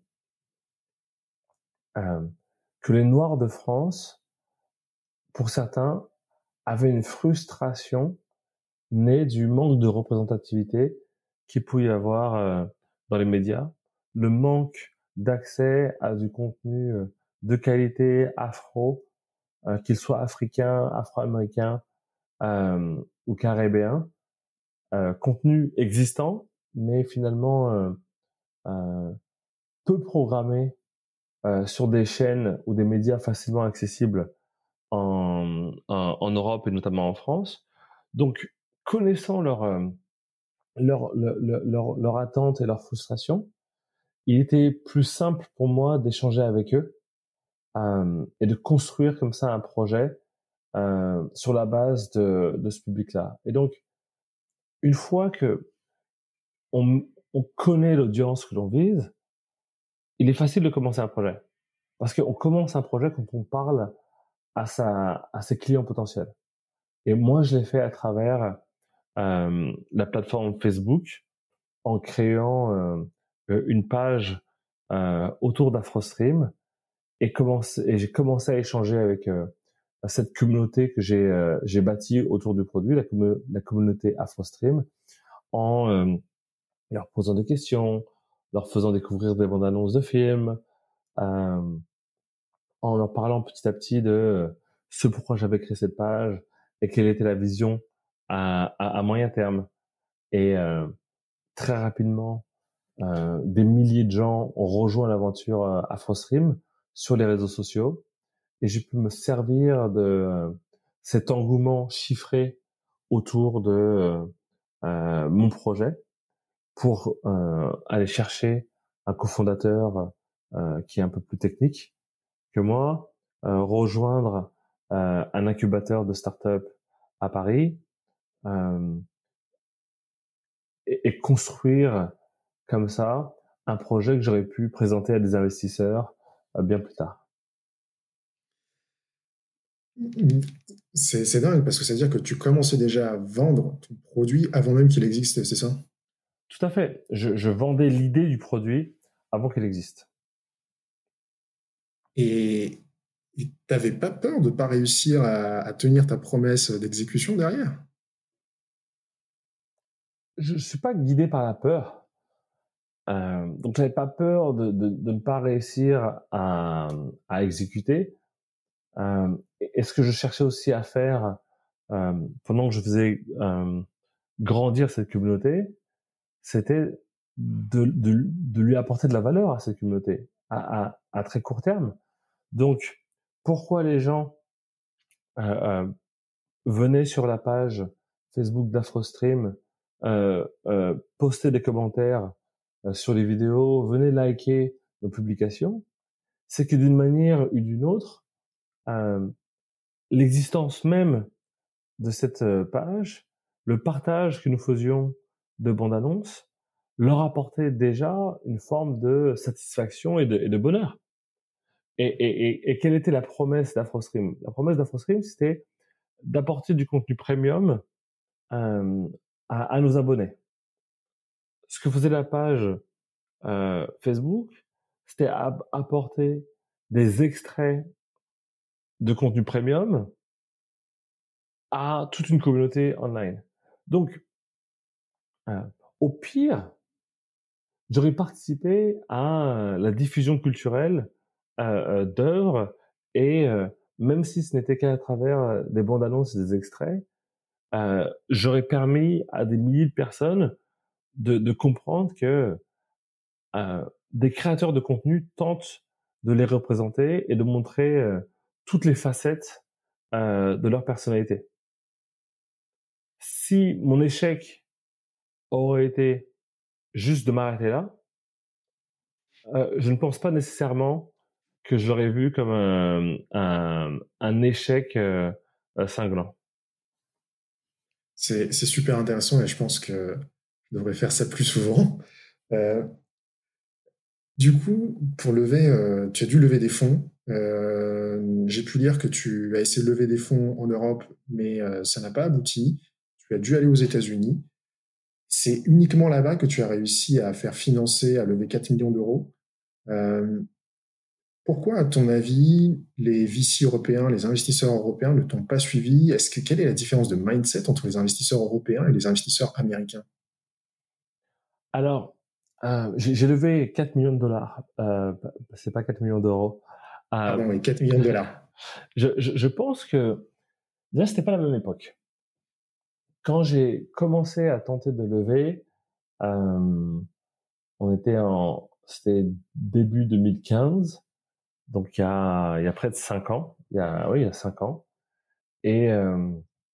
euh, que les Noirs de France, pour certains, avaient une frustration née du manque de représentativité qu'il pouvait y avoir euh, dans les médias, le manque d'accès à du contenu euh, de qualité afro, euh, qu'il soit africain, afro-américain euh, ou caribéen, euh, contenu existant, mais finalement euh, euh, peu programmé euh, sur des chaînes ou des médias facilement accessibles en, en, en Europe et notamment en France. Donc, connaissant leur, euh, leur, leur, leur, leur attente et leur frustration, il était plus simple pour moi d'échanger avec eux euh, et de construire comme ça un projet euh, sur la base de, de ce public-là. Et donc, une fois que on, on connaît l'audience que l'on vise, il est facile de commencer un projet. Parce qu'on commence un projet quand on parle à, sa, à ses clients potentiels. Et moi, je l'ai fait à travers euh, la plateforme Facebook en créant euh, une page euh, autour d'AfroStream et, commencé, et j'ai commencé à échanger avec euh, cette communauté que j'ai, euh, j'ai bâtie autour du produit, la, commu- la communauté AfroStream, en euh, leur posant des questions, leur faisant découvrir des bandes annonces de films, euh, en leur parlant petit à petit de euh, ce pourquoi j'avais créé cette page et quelle était la vision à, à, à moyen terme. Et euh, très rapidement, euh, des milliers de gens ont rejoint l'aventure euh, AfroStream sur les réseaux sociaux et j'ai pu me servir de euh, cet engouement chiffré autour de euh, euh, mon projet pour euh, aller chercher un cofondateur euh, qui est un peu plus technique que moi, euh, rejoindre euh, un incubateur de start-up à Paris euh, et, et construire comme ça un projet que j'aurais pu présenter à des investisseurs euh, bien plus tard. C'est, c'est dingue parce que ça veut dire que tu commençais déjà à vendre ton produit avant même qu'il existe, c'est ça? Tout à fait. Je, je vendais l'idée du produit avant qu'elle existe. Et tu n'avais pas peur de ne pas réussir à, à tenir ta promesse d'exécution derrière? Je ne suis pas guidé par la peur. Euh, donc, j'avais pas peur de, de, de ne pas réussir à, à exécuter. Euh, et ce que je cherchais aussi à faire euh, pendant que je faisais euh, grandir cette communauté, c'était de, de, de lui apporter de la valeur à cette communauté à, à, à très court terme. Donc, pourquoi les gens euh, euh, venaient sur la page Facebook d'AfroStream, euh, euh, poster des commentaires euh, sur les vidéos, venaient liker nos publications, c'est que d'une manière ou d'une autre, euh, l'existence même de cette page, le partage que nous faisions de bandes-annonces, leur apportait déjà une forme de satisfaction et de, et de bonheur. Et, et, et, et quelle était la promesse d'AfroStream? La promesse d'AfroStream, c'était d'apporter du contenu premium euh, à, à nos abonnés. Ce que faisait la page euh, Facebook, c'était apporter des extraits de contenu premium à toute une communauté online. Donc, euh, au pire, j'aurais participé à la diffusion culturelle euh, d'œuvres et euh, même si ce n'était qu'à travers des bandes annonces et des extraits, euh, j'aurais permis à des milliers de personnes de, de comprendre que euh, des créateurs de contenu tentent de les représenter et de montrer euh, toutes les facettes euh, de leur personnalité. Si mon échec aurait été juste de m'arrêter là, euh, je ne pense pas nécessairement que je l'aurais vu comme un, un, un échec euh, euh, cinglant. C'est, c'est super intéressant et je pense que je devrais faire ça plus souvent. Euh, du coup, pour lever, euh, tu as dû lever des fonds. Euh, j'ai pu lire que tu as essayé de lever des fonds en Europe, mais euh, ça n'a pas abouti. Tu as dû aller aux États-Unis. C'est uniquement là-bas que tu as réussi à faire financer, à lever quatre millions d'euros. Euh, Pourquoi, à ton avis, les V C européens, les investisseurs européens ne t'ont pas suivi? Est-ce que, quelle est la différence de mindset entre les investisseurs européens et les investisseurs américains? Alors, euh, j'ai, j'ai levé quatre millions de dollars. Euh, c'est pas quatre millions d'euros. Euh, Pardon, oui, quatre millions de dollars. je, je, je pense que déjà, c'était pas la même époque. Quand j'ai commencé à tenter de lever, euh, on était en, c'était début deux mille quinze, donc il y a, il y a près de cinq ans. Il y a, oui, il y a cinq ans. Et euh,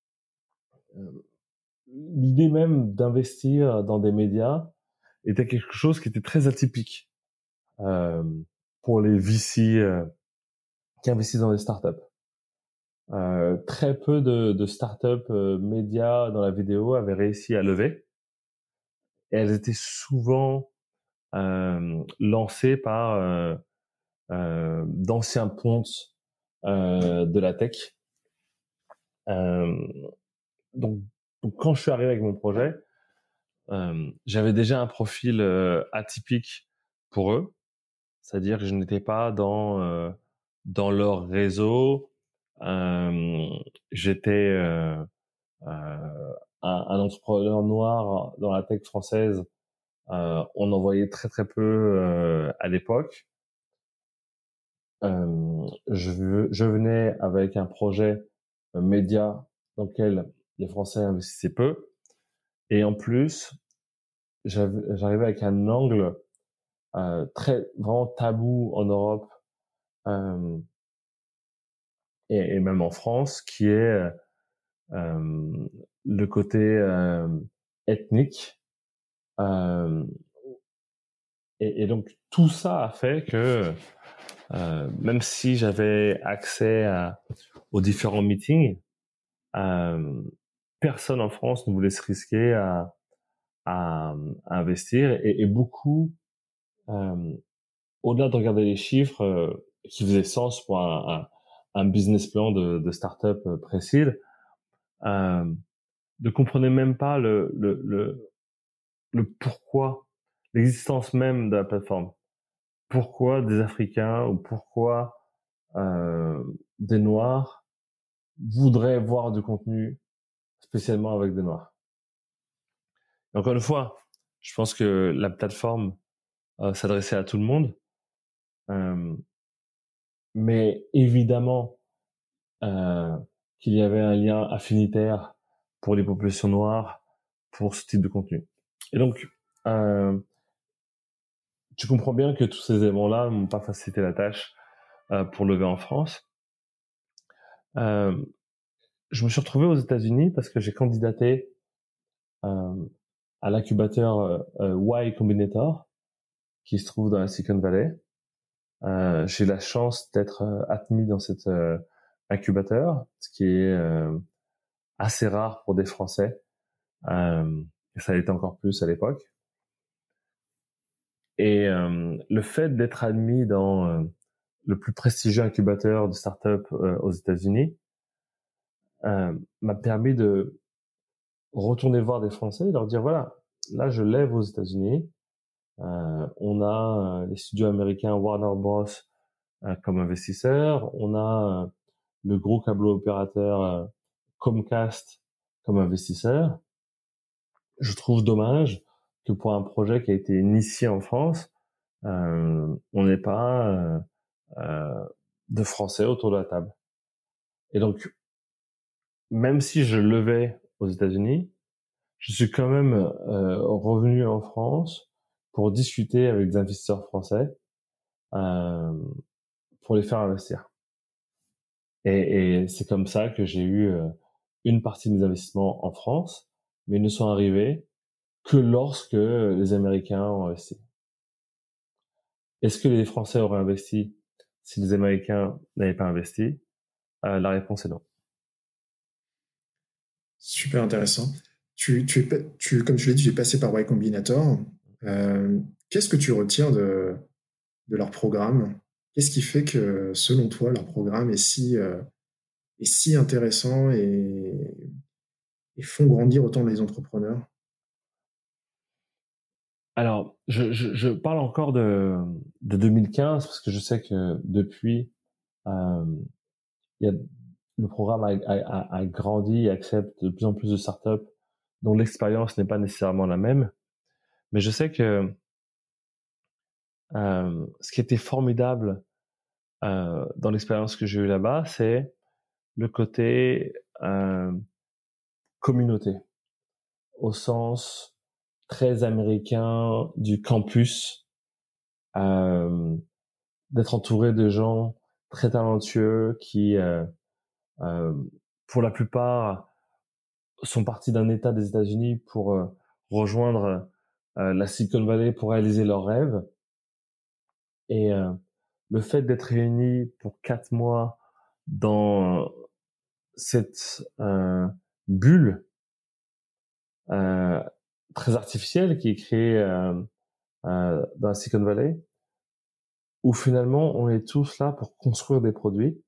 l'idée même d'investir dans des médias était quelque chose qui était très atypique euh, pour les V C euh, qui investissent dans des startups. Euh, très peu de, de startups euh, médias dans la vidéo avaient réussi à lever. Et elles étaient souvent euh, lancées par euh, euh, d'anciens pontes euh, de la tech. Euh, donc, donc, quand je suis arrivé avec mon projet, euh, j'avais déjà un profil euh, atypique pour eux. C'est-à-dire que je n'étais pas dans euh, dans leur réseau. Euh, j'étais euh, euh, un, un entrepreneur noir dans la tech française. Euh, on en voyait très très peu euh, à l'époque. Euh, je, je venais avec un projet euh, média dans lequel les Français investissaient peu. Et en plus, j'arrivais avec un angle euh, très vraiment tabou en Europe. Euh, et, et même en France, qui est euh, le côté euh, ethnique. Euh, et, et donc tout ça a fait que euh, même si j'avais accès à, aux différents meetings, euh, personne en France ne voulait se risquer à, à, à investir et, et beaucoup, euh, au-delà de regarder les chiffres, euh, qui faisaient sens pour un, un, un business plan de, de start-up précis, euh, ne comprenaient même pas le, le, le, le pourquoi, l'existence même de la plateforme. Pourquoi des Africains ou pourquoi euh, des Noirs voudraient voir du contenu spécialement avec des Noirs. Et encore une fois, je pense que la plateforme euh, s'adressait à tout le monde, euh, mais évidemment euh, qu'il y avait un lien affinitaire pour les populations noires pour ce type de contenu. Et donc, euh, tu comprends bien que tous ces éléments-là m'ont pas facilité la tâche euh, pour lever en France. Euh, je me suis retrouvé aux États-Unis parce que j'ai candidaté euh, à l'incubateur euh, Y Combinator qui se trouve dans la Silicon Valley. Euh, j'ai la chance d'être euh, admis dans cet euh, incubateur, ce qui est euh, assez rare pour des Français. Euh, et ça l'était encore plus à l'époque. Et euh, le fait d'être admis dans euh, le plus prestigieux incubateur de start-up euh, aux États-Unis euh, m'a permis de retourner voir des Français et leur dire voilà, là je lève aux États-Unis. Euh, on a euh, les studios américains Warner Bros euh, comme investisseur, on a euh, le gros câble opérateur euh, Comcast comme investisseur. Je trouve dommage que pour un projet qui a été initié en France, euh, on n'ait pas euh, euh, de Français autour de la table. Et donc, même si je levais aux États-Unis, je suis quand même euh, revenu en France pour discuter avec des investisseurs français euh, pour les faire investir. Et, et c'est comme ça que j'ai eu euh, une partie de mes investissements en France, mais ils ne sont arrivés que lorsque les Américains ont investi. Est-ce que les Français auraient investi si les Américains n'avaient pas investi? euh, La réponse est non. Super intéressant. Tu, tu, es, tu, comme tu l'as dit, tu es passé par Y Combinator. Euh, qu'est-ce que tu retiens de, de leur programme? Qu'est-ce qui fait que, selon toi, leur programme est si, euh, est si intéressant et, et font grandir autant les entrepreneurs? Alors, je, je, je parle encore de, de deux mille quinze parce que je sais que depuis, euh, il y a, le programme a, a, a grandi et accepte de plus en plus de startups dont l'expérience n'est pas nécessairement la même. Mais je sais que euh, ce qui était formidable euh, dans l'expérience que j'ai eue là-bas, c'est le côté euh, communauté, au sens très américain du campus, euh, d'être entouré de gens très talentueux qui, euh, euh, pour la plupart, sont partis d'un État des États-Unis pour euh, rejoindre euh, la Silicon Valley pour réaliser leurs rêves. Et euh, le fait d'être réunis pour quatre mois dans cette euh, bulle euh, très artificielle qui est créée euh, euh, dans la Silicon Valley, où finalement on est tous là pour construire des produits.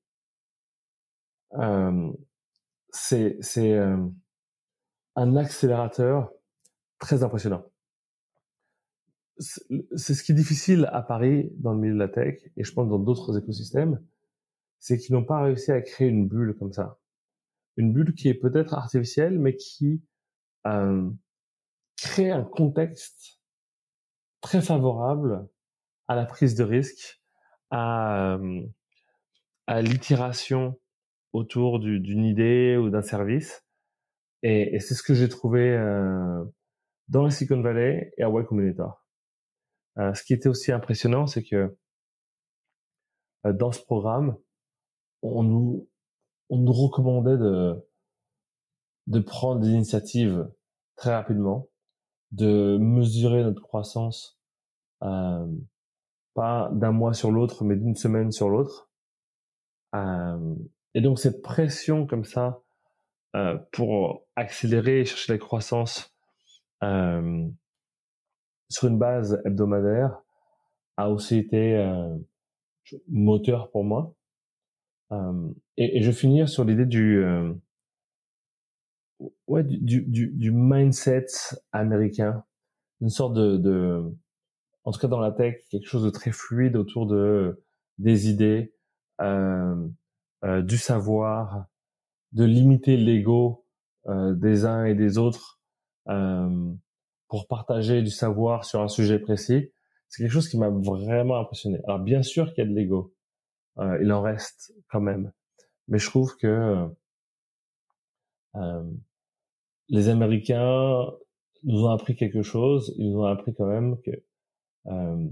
Euh, c'est c'est euh, un accélérateur très impressionnant. C'est ce qui est difficile à Paris dans le milieu de la tech, et je pense dans d'autres écosystèmes, c'est qu'ils n'ont pas réussi à créer une bulle comme ça. Une bulle qui est peut-être artificielle, mais qui euh, crée un contexte très favorable à la prise de risque, à, euh, à l'itération autour du, d'une idée ou d'un service. Et, et c'est ce que j'ai trouvé euh, dans la Silicon Valley et à Y Combinator. Euh, ce qui était aussi impressionnant, c'est que euh, dans ce programme, on nous, on nous recommandait de, de prendre des initiatives très rapidement, de mesurer notre croissance, euh, pas d'un mois sur l'autre, mais d'une semaine sur l'autre. Euh, et donc cette pression comme ça euh, pour accélérer et chercher la croissance euh, sur une base hebdomadaire a aussi été euh, moteur pour moi. Euh, et, et je vais finir sur l'idée du, euh, ouais, du, du, du mindset américain, une sorte de, de, en tout cas dans la tech, quelque chose de très fluide autour de des idées, euh, euh, du savoir, de limiter l'ego euh, des uns et des autres euh, pour partager du savoir sur un sujet précis. C'est quelque chose qui m'a vraiment impressionné. Alors bien sûr qu'il y a de l'ego, euh, il en reste quand même, mais je trouve que euh, les Américains nous ont appris quelque chose. Ils nous ont appris quand même que euh,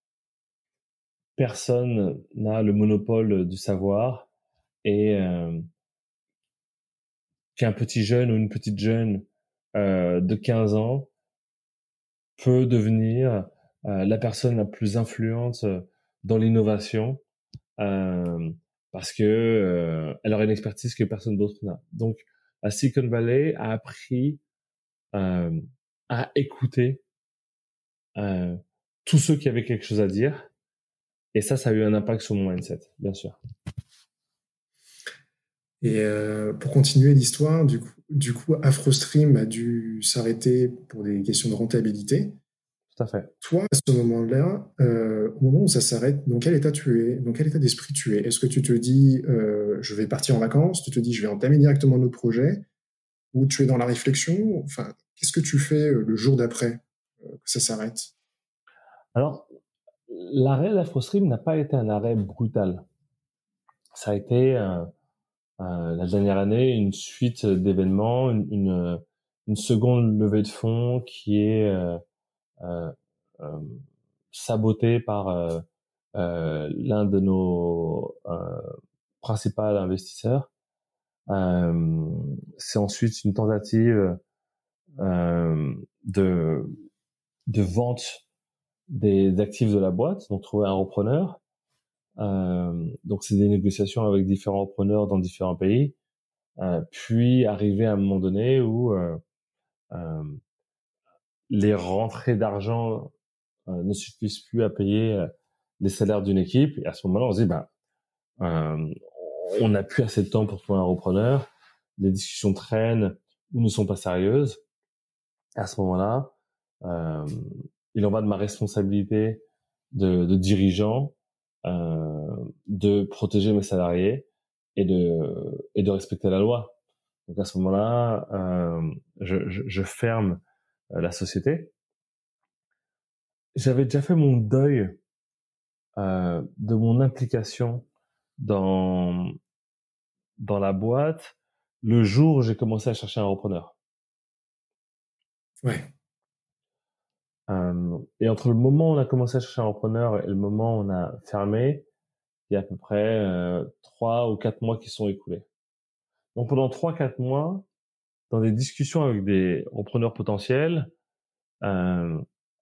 personne n'a le monopole du savoir et euh, qu'un petit jeune ou une petite jeune euh, de quinze ans peut devenir euh, la personne la plus influente dans l'innovation euh, parce que euh, elle aura une expertise que personne d'autre n'a. Donc, la Silicon Valley a appris euh, à écouter euh, tous ceux qui avaient quelque chose à dire, et ça, ça a eu un impact sur mon mindset, bien sûr. Et euh, pour continuer l'histoire, du coup, du coup, AfroStream a dû s'arrêter pour des questions de rentabilité. Tout à fait. Toi, à ce moment-là, euh, au moment où ça s'arrête, dans quel état tu es? Dans quel état d'esprit tu es? Est-ce que tu te dis, euh, je vais partir en vacances? Tu te dis, je vais entamer directement notre projet? Ou tu es dans la réflexion? Enfin, qu'est-ce que tu fais euh, le jour d'après euh, que ça s'arrête? Alors, l'arrêt d'AfroStream n'a pas été un arrêt brutal. Ça a été euh, euh, la dernière année une suite d'événements, une, une, une seconde levée de fonds qui est euh, euh, euh, sabotée par euh, euh, l'un de nos euh, principaux investisseurs. Euh, c'est ensuite une tentative euh, de de vente des actifs de la boîte, donc trouver un repreneur. Euh, donc c'est des négociations avec différents repreneurs dans différents pays, euh, puis arriver à un moment donné où euh, euh, les rentrées d'argent euh, ne suffisent plus à payer euh, les salaires d'une équipe. Et à ce moment-là, on se dit, ben, euh, on n'a plus assez de temps pour trouver un repreneur, les discussions traînent ou ne sont pas sérieuses. À ce moment-là, euh, il en va de ma responsabilité de, de dirigeant euh, de protéger mes salariés et de et de respecter la loi. Donc à ce moment-là, euh, je, je, je ferme euh, la société. J'avais déjà fait mon deuil euh, de mon implication dans dans la boîte le jour où j'ai commencé à chercher un repreneur. Ouais. Euh, et entre le moment où on a commencé à chercher un repreneur et le moment où on a fermé, il y a à peu près euh, trois ou quatre mois qui sont écoulés. Donc pendant trois quatre mois, dans des discussions avec des repreneurs potentiels, euh,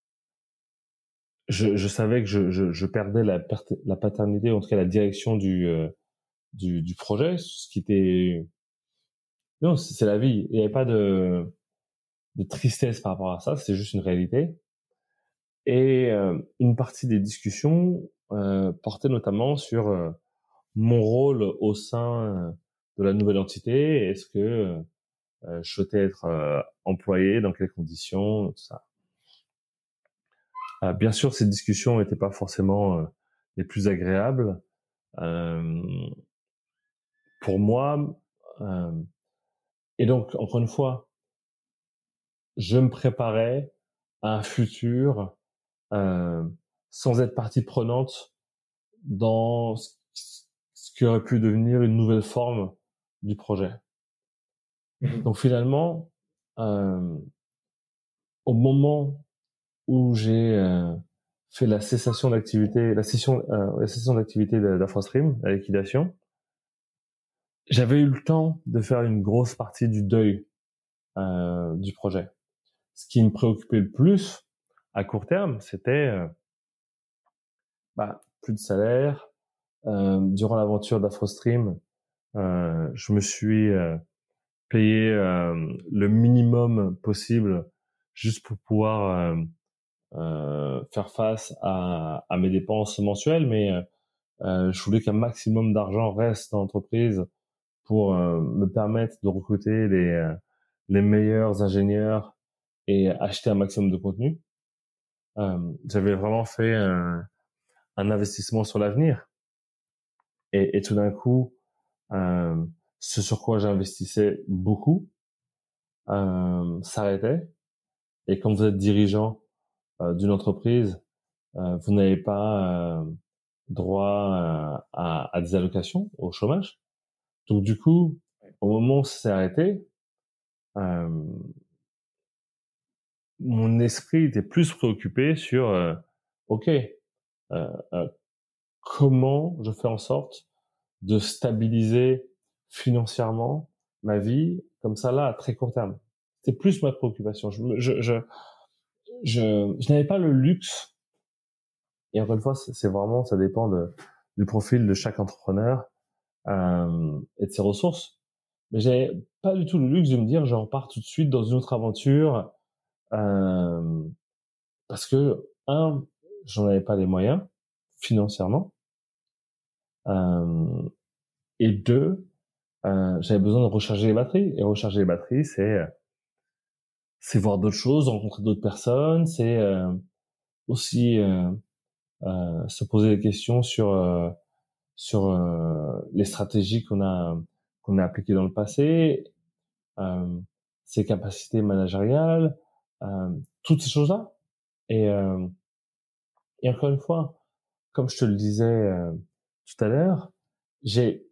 je, je savais que je, je, je perdais la, la paternité, en tout cas la direction du, euh, du, du projet, ce qui était... Non, c'est la vie. Il n'y avait pas de, de tristesse par rapport à ça, c'est juste une réalité. Et euh, une partie des discussions euh, portait notamment sur euh, mon rôle au sein euh, de la nouvelle entité. Est-ce que euh, je souhaitais être euh, employé, dans quelles conditions, tout ça. Euh, bien sûr, ces discussions n'étaient pas forcément euh, les plus agréables. Euh, pour moi, euh, et donc, encore une fois, je me préparais à un futur euh, sans être partie prenante dans ce qui aurait pu devenir une nouvelle forme du projet. Mmh. Donc finalement, euh, au moment où j'ai euh, fait la cessation d'activité, la cessation, euh, la cessation d'activité d'AfroStream, la liquidation, j'avais eu le temps de faire une grosse partie du deuil euh, du projet. Ce qui me préoccupait le plus à court terme, c'était euh, bah, plus de salaire. Euh, durant l'aventure d'AfroStream, euh, je me suis euh, payé euh, le minimum possible juste pour pouvoir euh, euh, faire face à, à mes dépenses mensuelles, mais euh, Euh, je voulais qu'un maximum d'argent reste dans l'entreprise pour euh, me permettre de recruter les, euh, les meilleurs ingénieurs et acheter un maximum de contenu. Euh, j'avais vraiment fait un, un investissement sur l'avenir. Et, et tout d'un coup, euh, ce sur quoi j'investissais beaucoup euh, s'arrêtait. Et quand vous êtes dirigeant euh, d'une entreprise, euh, vous n'avez pas euh, droit euh, à, à des allocations au chômage. Donc du coup, au moment où ça s'est arrêté, euh, mon esprit était plus préoccupé sur, euh, ok, euh, euh, comment je fais en sorte de stabiliser financièrement ma vie comme ça là à très court terme. C'était plus ma préoccupation. Je, je, je, je, je n'avais pas le luxe. Et encore une fois, c'est vraiment, ça dépend de, du profil de chaque entrepreneur euh, et de ses ressources. Mais j'avais pas du tout le luxe de me dire j'en pars tout de suite dans une autre aventure euh, parce que un, j'en avais pas les moyens financièrement euh, et deux, euh, j'avais besoin de recharger les batteries. Et recharger les batteries, c'est c'est voir d'autres choses, rencontrer d'autres personnes, c'est euh, aussi euh, euh, se poser des questions sur euh, sur euh, les stratégies qu'on a qu'on a appliquées dans le passé, euh, ses capacités managériales, euh, toutes ces choses-là. Et, euh, et encore une fois, comme je te le disais euh, tout à l'heure, j'ai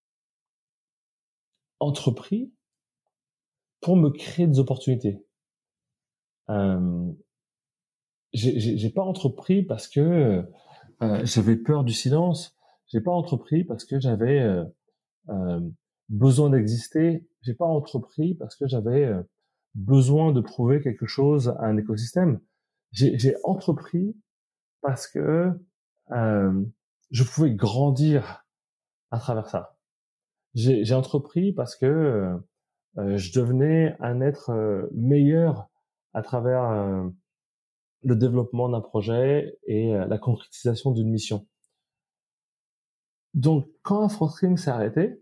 entrepris pour me créer des opportunités. Euh, j'ai, j'ai, j'ai pas entrepris parce que euh, j'avais peur du silence. J'ai pas entrepris parce que j'avais euh, euh, besoin d'exister. J'ai pas entrepris parce que j'avais euh, besoin de prouver quelque chose à un écosystème. J'ai, j'ai entrepris parce que euh, je pouvais grandir à travers ça. J'ai, j'ai entrepris parce que euh, je devenais un être euh, meilleur à travers euh, le développement d'un projet et euh, la concrétisation d'une mission. Donc, quand Afrostream s'est arrêté,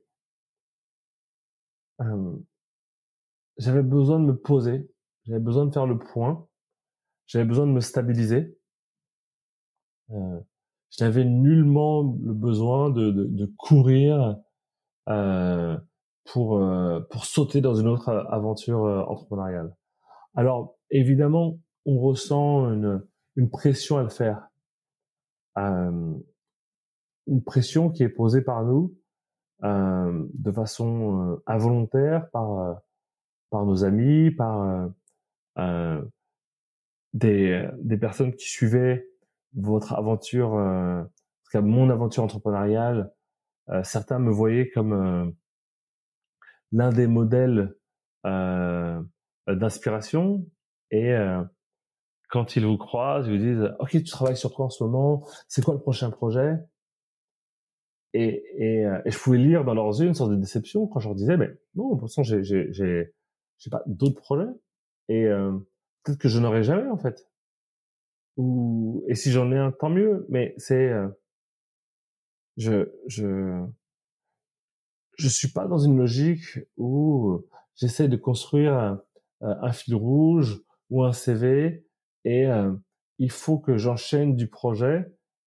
euh, j'avais besoin de me poser, j'avais besoin de faire le point, j'avais besoin de me stabiliser. Euh, je n'avais nullement le besoin de, de, de courir euh, pour euh, pour sauter dans une autre aventure euh, entrepreneuriale. Alors évidemment, on ressent une une pression à le faire, euh, une pression qui est posée par nous euh, de façon euh, involontaire par euh, par nos amis, par euh, euh, des des personnes qui suivaient votre aventure, euh, en tout cas mon aventure entrepreneuriale. Euh, certains me voyaient comme euh, l'un des modèles euh, d'inspiration et euh, quand ils vous croisent, ils vous disent OK, tu travailles sur quoi en ce moment? C'est quoi le prochain projet? Et, et, euh, et je pouvais lire dans leurs yeux une sorte de déception quand je leur disais mais non, pour l'instant j'ai j'ai j'ai j'ai pas d'autres projets et euh, peut-être que je n'aurai jamais en fait. Ou et si j'en ai un, tant mieux. Mais c'est euh, je je je suis pas dans une logique où j'essaie de construire un, un fil rouge ou un C V et euh, il faut que j'enchaîne du projet.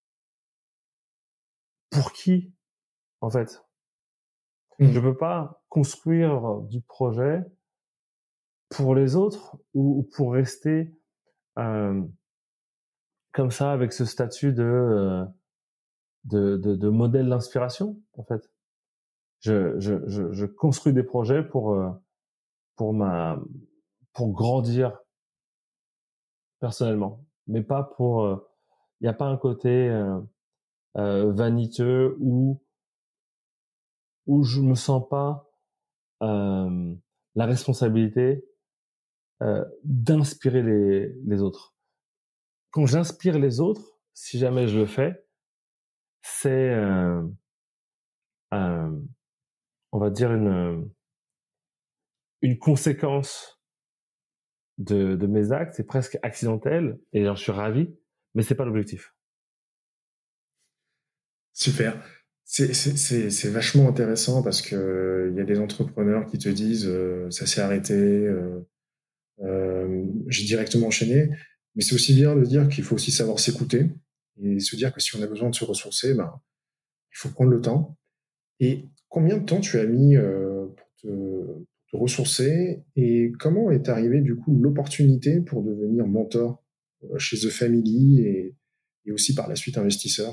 Pour qui, en fait? Mmh. Je peux pas construire du projet pour les autres ou, ou pour rester euh, comme ça avec ce statut de, euh, de, de, de modèle d'inspiration, en fait. Je, je, je, je construis des projets pour, euh, pour ma, pour grandir personnellement, mais pas pour. Il euh, n'y a pas un côté euh, euh, vaniteux où où je me sens pas euh, la responsabilité euh, d'inspirer les les autres. Quand j'inspire les autres, si jamais je le fais, c'est euh, euh, on va dire une une conséquence de de mes actes, c'est presque accidentel et j'en suis ravi, mais c'est pas l'objectif. Super. C'est c'est- c'est- c'est vachement intéressant parce que il y a des entrepreneurs qui te disent euh, ça s'est arrêté, euh, euh, j'ai directement enchaîné. Mais c'est aussi bien de dire qu'il faut aussi savoir s'écouter et se dire que si on a besoin de se ressourcer, ben, il faut prendre le temps. Et combien de temps tu as mis euh, pour te, pour te ressourcer et comment est arrivée du coup l'opportunité pour devenir mentor euh, chez The Family et, et aussi par la suite investisseur?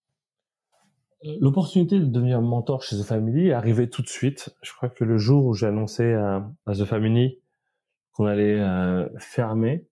L'opportunité de devenir mentor chez The Family est arrivée tout de suite. Je crois que le jour où j'ai annoncé à, à The Family qu'on allait euh, fermer,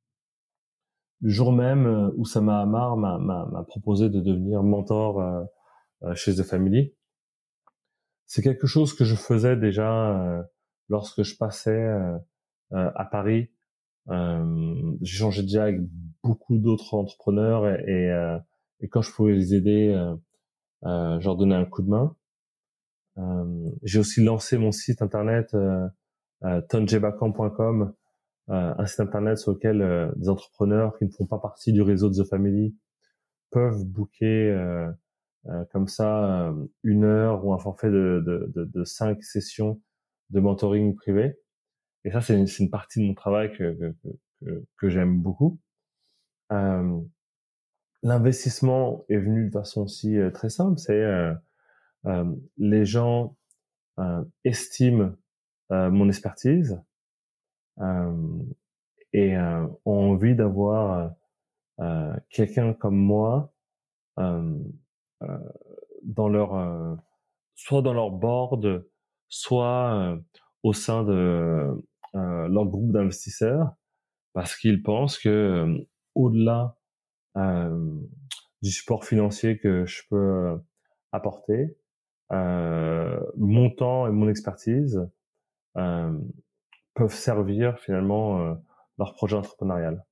le jour même euh, où Sama Amar m'a, m'a, m'a proposé de devenir mentor euh, euh, chez The Family. C'est quelque chose que je faisais déjà euh, lorsque je passais euh, euh, à Paris. Euh, j'échangeais déjà avec beaucoup d'autres entrepreneurs et, et, euh, et quand je pouvais les aider, euh, euh, je leur donnais un coup de main. Euh, j'ai aussi lancé mon site internet euh, euh, tonjebakan point com, euh, un site internet sur lequel euh, des entrepreneurs qui ne font pas partie du réseau de The Family peuvent booker euh, euh, comme ça euh, une heure ou un forfait de, de, de, de cinq sessions de mentoring privé. Et ça, c'est une, c'est une partie de mon travail que, que, que, que j'aime beaucoup. Euh, L'investissement est venu de façon aussi euh, très simple. C'est euh, euh, les gens euh, estiment euh, mon expertise euh, et euh, ont envie d'avoir euh, quelqu'un comme moi euh, euh, dans leur euh, soit dans leur board, soit euh, au sein de euh, leur groupe d'investisseurs, parce qu'ils pensent que euh, au-delà euh, du support financier que je peux apporter, euh, mon temps et mon expertise euh, peuvent servir finalement euh, leur projet entrepreneurial.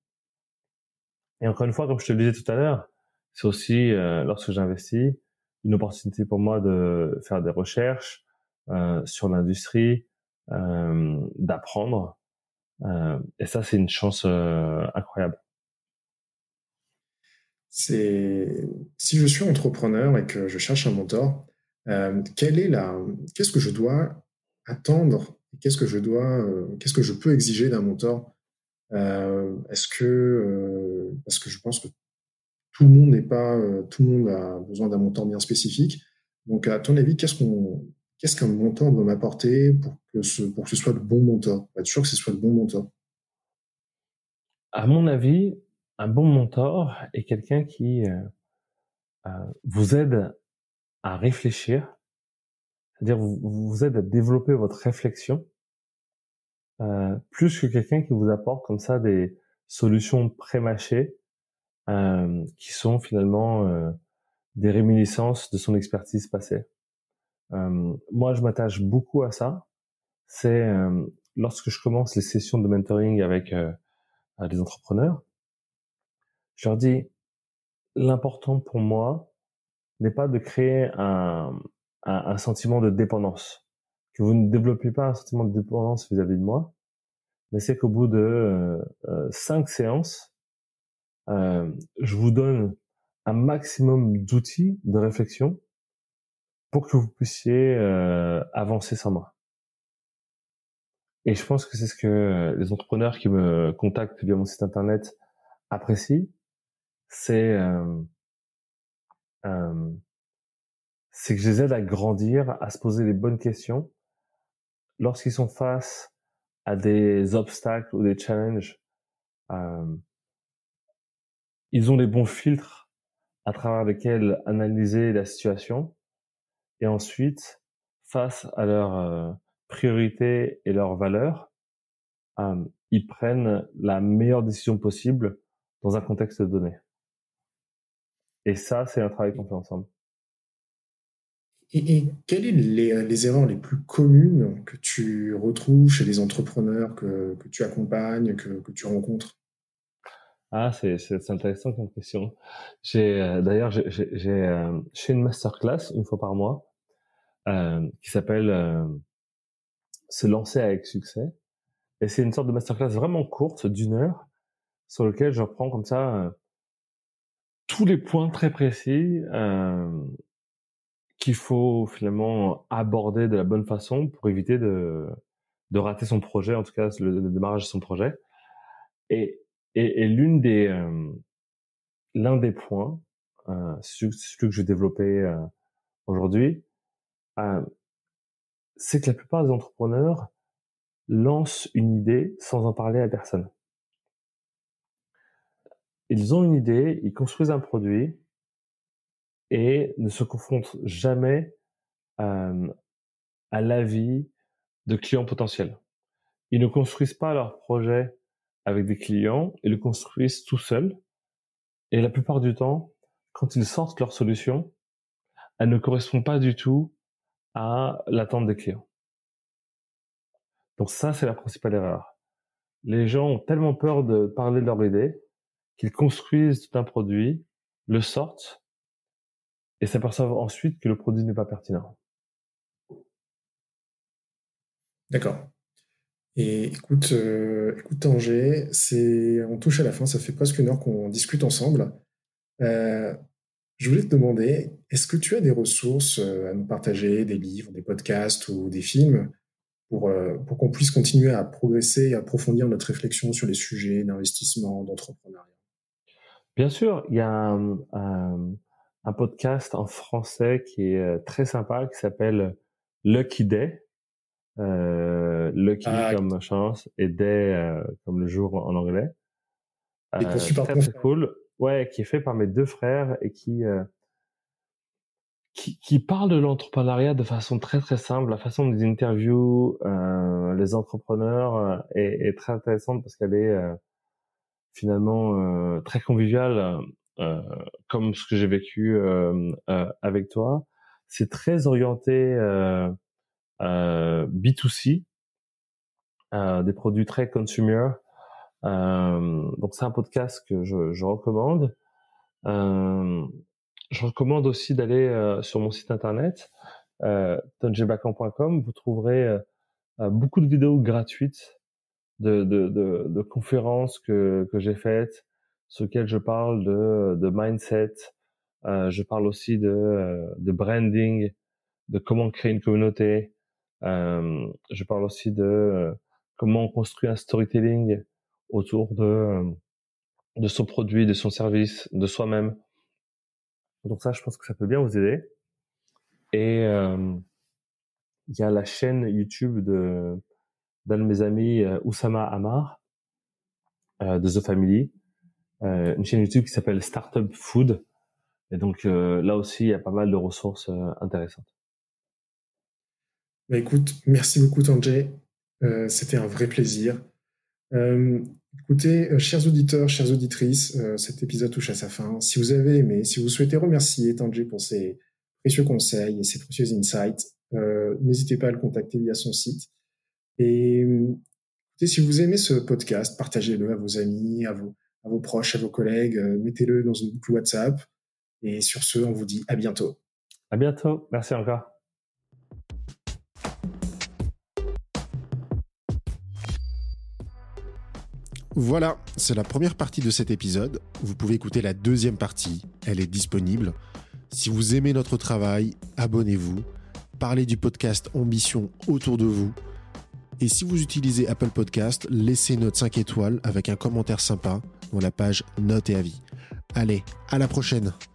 Et encore une fois, comme je te le disais tout à l'heure, c'est aussi, euh, lorsque j'investis, une opportunité pour moi de faire des recherches euh, sur l'industrie, euh, d'apprendre. Euh, et ça, c'est une chance euh, incroyable. C'est si je suis entrepreneur et que je cherche un mentor, euh, quelle est la, qu'est-ce que je dois attendre? Qu'est-ce que je dois, euh, qu'est-ce que je peux exiger d'un mentor? Euh, est-ce que, euh, parce que je pense que tout le monde n'est pas, euh, tout le monde a besoin d'un mentor bien spécifique. Donc, à ton avis, qu'est-ce qu'on, qu'est-ce qu'un mentor doit m'apporter pour que ce, pour que ce soit le bon mentor? Pour être sûr que ce soit le bon mentor. À mon avis, un bon mentor est quelqu'un qui euh, euh, vous aide à réfléchir, c'est-à-dire vous, vous aide à développer votre réflexion, euh, plus que quelqu'un qui vous apporte comme ça des solutions pré-mâchées euh, qui sont finalement euh, des réminiscences de son expertise passée. Euh, moi, je m'attache beaucoup à ça. C'est euh, lorsque je commence les sessions de mentoring avec euh, des entrepreneurs, je leur dis l'important pour moi n'est pas de créer un, un, un sentiment de dépendance, que vous ne développez pas un sentiment de dépendance vis-à-vis de moi, mais c'est qu'au bout de euh, euh, cinq séances, euh, je vous donne un maximum d'outils de réflexion pour que vous puissiez euh, avancer sans moi. Et je pense que c'est ce que les entrepreneurs qui me contactent via mon site internet apprécient, c'est euh, euh, c'est que je les aide à grandir, à se poser les bonnes questions lorsqu'ils sont face à des obstacles ou des challenges. Euh, ils ont les bons filtres à travers lesquels analyser la situation et ensuite, face à leurs euh, priorités et leurs valeurs, euh, ils prennent la meilleure décision possible dans un contexte donné. Et ça, c'est un travail qu'on fait ensemble. Et, et quelles sont les, les erreurs les plus communes que tu retrouves chez les entrepreneurs que, que tu accompagnes, que, que tu rencontres? Ah, c'est, c'est, c'est intéressant comme question. J'ai, euh, d'ailleurs, j'ai, j'ai, j'ai, euh, je fais une masterclass une fois par mois euh, qui s'appelle euh, Se lancer avec succès. Et c'est une sorte de masterclass vraiment courte d'une heure sur lequel je reprends comme ça euh, tous les points très précis euh, qu'il faut finalement aborder de la bonne façon pour éviter de, de rater son projet, en tout cas le, le démarrage de son projet. Et, et, et l'une des, euh, l'un des points, euh, celui, celui que je vais développer euh, aujourd'hui, euh, c'est que la plupart des entrepreneurs lancent une idée sans en parler à personne. Ils ont une idée, ils construisent un produit et ne se confrontent jamais euh, à l'avis de clients potentiels. Ils ne construisent pas leur projet avec des clients, ils le construisent tout seuls. Et la plupart du temps, quand ils sortent leur solution, elle ne correspond pas du tout à l'attente des clients. Donc ça, c'est la principale erreur. Les gens ont tellement peur de parler de leur idée qu'ils construisent tout un produit, le sortent et s'aperçoivent ensuite que le produit n'est pas pertinent. D'accord. Et écoute, euh, écoute Tanguy, c'est, on touche à la fin, ça fait presque une heure qu'on discute ensemble. Euh, je voulais te demander, est-ce que tu as des ressources à nous partager, des livres, des podcasts ou des films pour, euh, pour qu'on puisse continuer à progresser et approfondir notre réflexion sur les sujets d'investissement, d'entrepreneuriat? Bien sûr, il y a un, un, un podcast en français qui est très sympa, qui s'appelle Lucky Day. Euh, Lucky ah, comme chance et Day euh, comme le jour en anglais. Et euh, super très très cool. Ouais, qui est fait par mes deux frères et qui euh, qui, qui parle de l'entrepreneuriat de façon très très simple. La façon dont ils interviewent euh, les entrepreneurs euh, est, est très intéressante parce qu'elle est euh, finalement euh, très conviviale, euh, comme ce que j'ai vécu euh, euh, avec toi. C'est très orienté euh, euh, B deux C, euh, des produits très consumer. Euh, donc c'est un podcast que je, je recommande. Euh, je recommande aussi d'aller euh, sur mon site internet euh, tonjay bacan point com. Vous trouverez euh, beaucoup de vidéos gratuites de, de, de, de conférences que, que j'ai faites, sur lesquelles je parle de, de mindset. Euh, je parle aussi de, de branding, de comment créer une communauté. Euh, je parle aussi de euh, comment on construit un storytelling autour de euh, de son produit, de son service, de soi-même. Donc ça, je pense que ça peut bien vous aider. Et euh, il y a la chaîne YouTube de d'un de mes amis, euh, Oussama Amar, euh, de The Family, euh, une chaîne YouTube qui s'appelle Startup Food. Et donc euh, là aussi, il y a pas mal de ressources euh, intéressantes. Bah écoute, merci beaucoup Tanguy. Euh, c'était un vrai plaisir. Euh, écoutez, euh, chers auditeurs, chères auditrices, euh, cet épisode touche à sa fin. Si vous avez aimé, si vous souhaitez remercier Tanguy pour ses précieux conseils et ses précieux insights, euh, n'hésitez pas à le contacter via son site. Et écoutez, si vous aimez ce podcast, partagez-le à vos amis, à vos, à vos proches, à vos collègues, euh, mettez-le dans une boucle WhatsApp. Et sur ce, on vous dit à bientôt. À bientôt. Merci encore. Voilà, c'est la première partie de cet épisode. Vous pouvez écouter la deuxième partie, elle est disponible. Si vous aimez notre travail, abonnez-vous, parlez du podcast Ambition autour de vous. Et si vous utilisez Apple Podcast, laissez une note cinq étoiles avec un commentaire sympa dans la page Notes et avis. Allez, à la prochaine!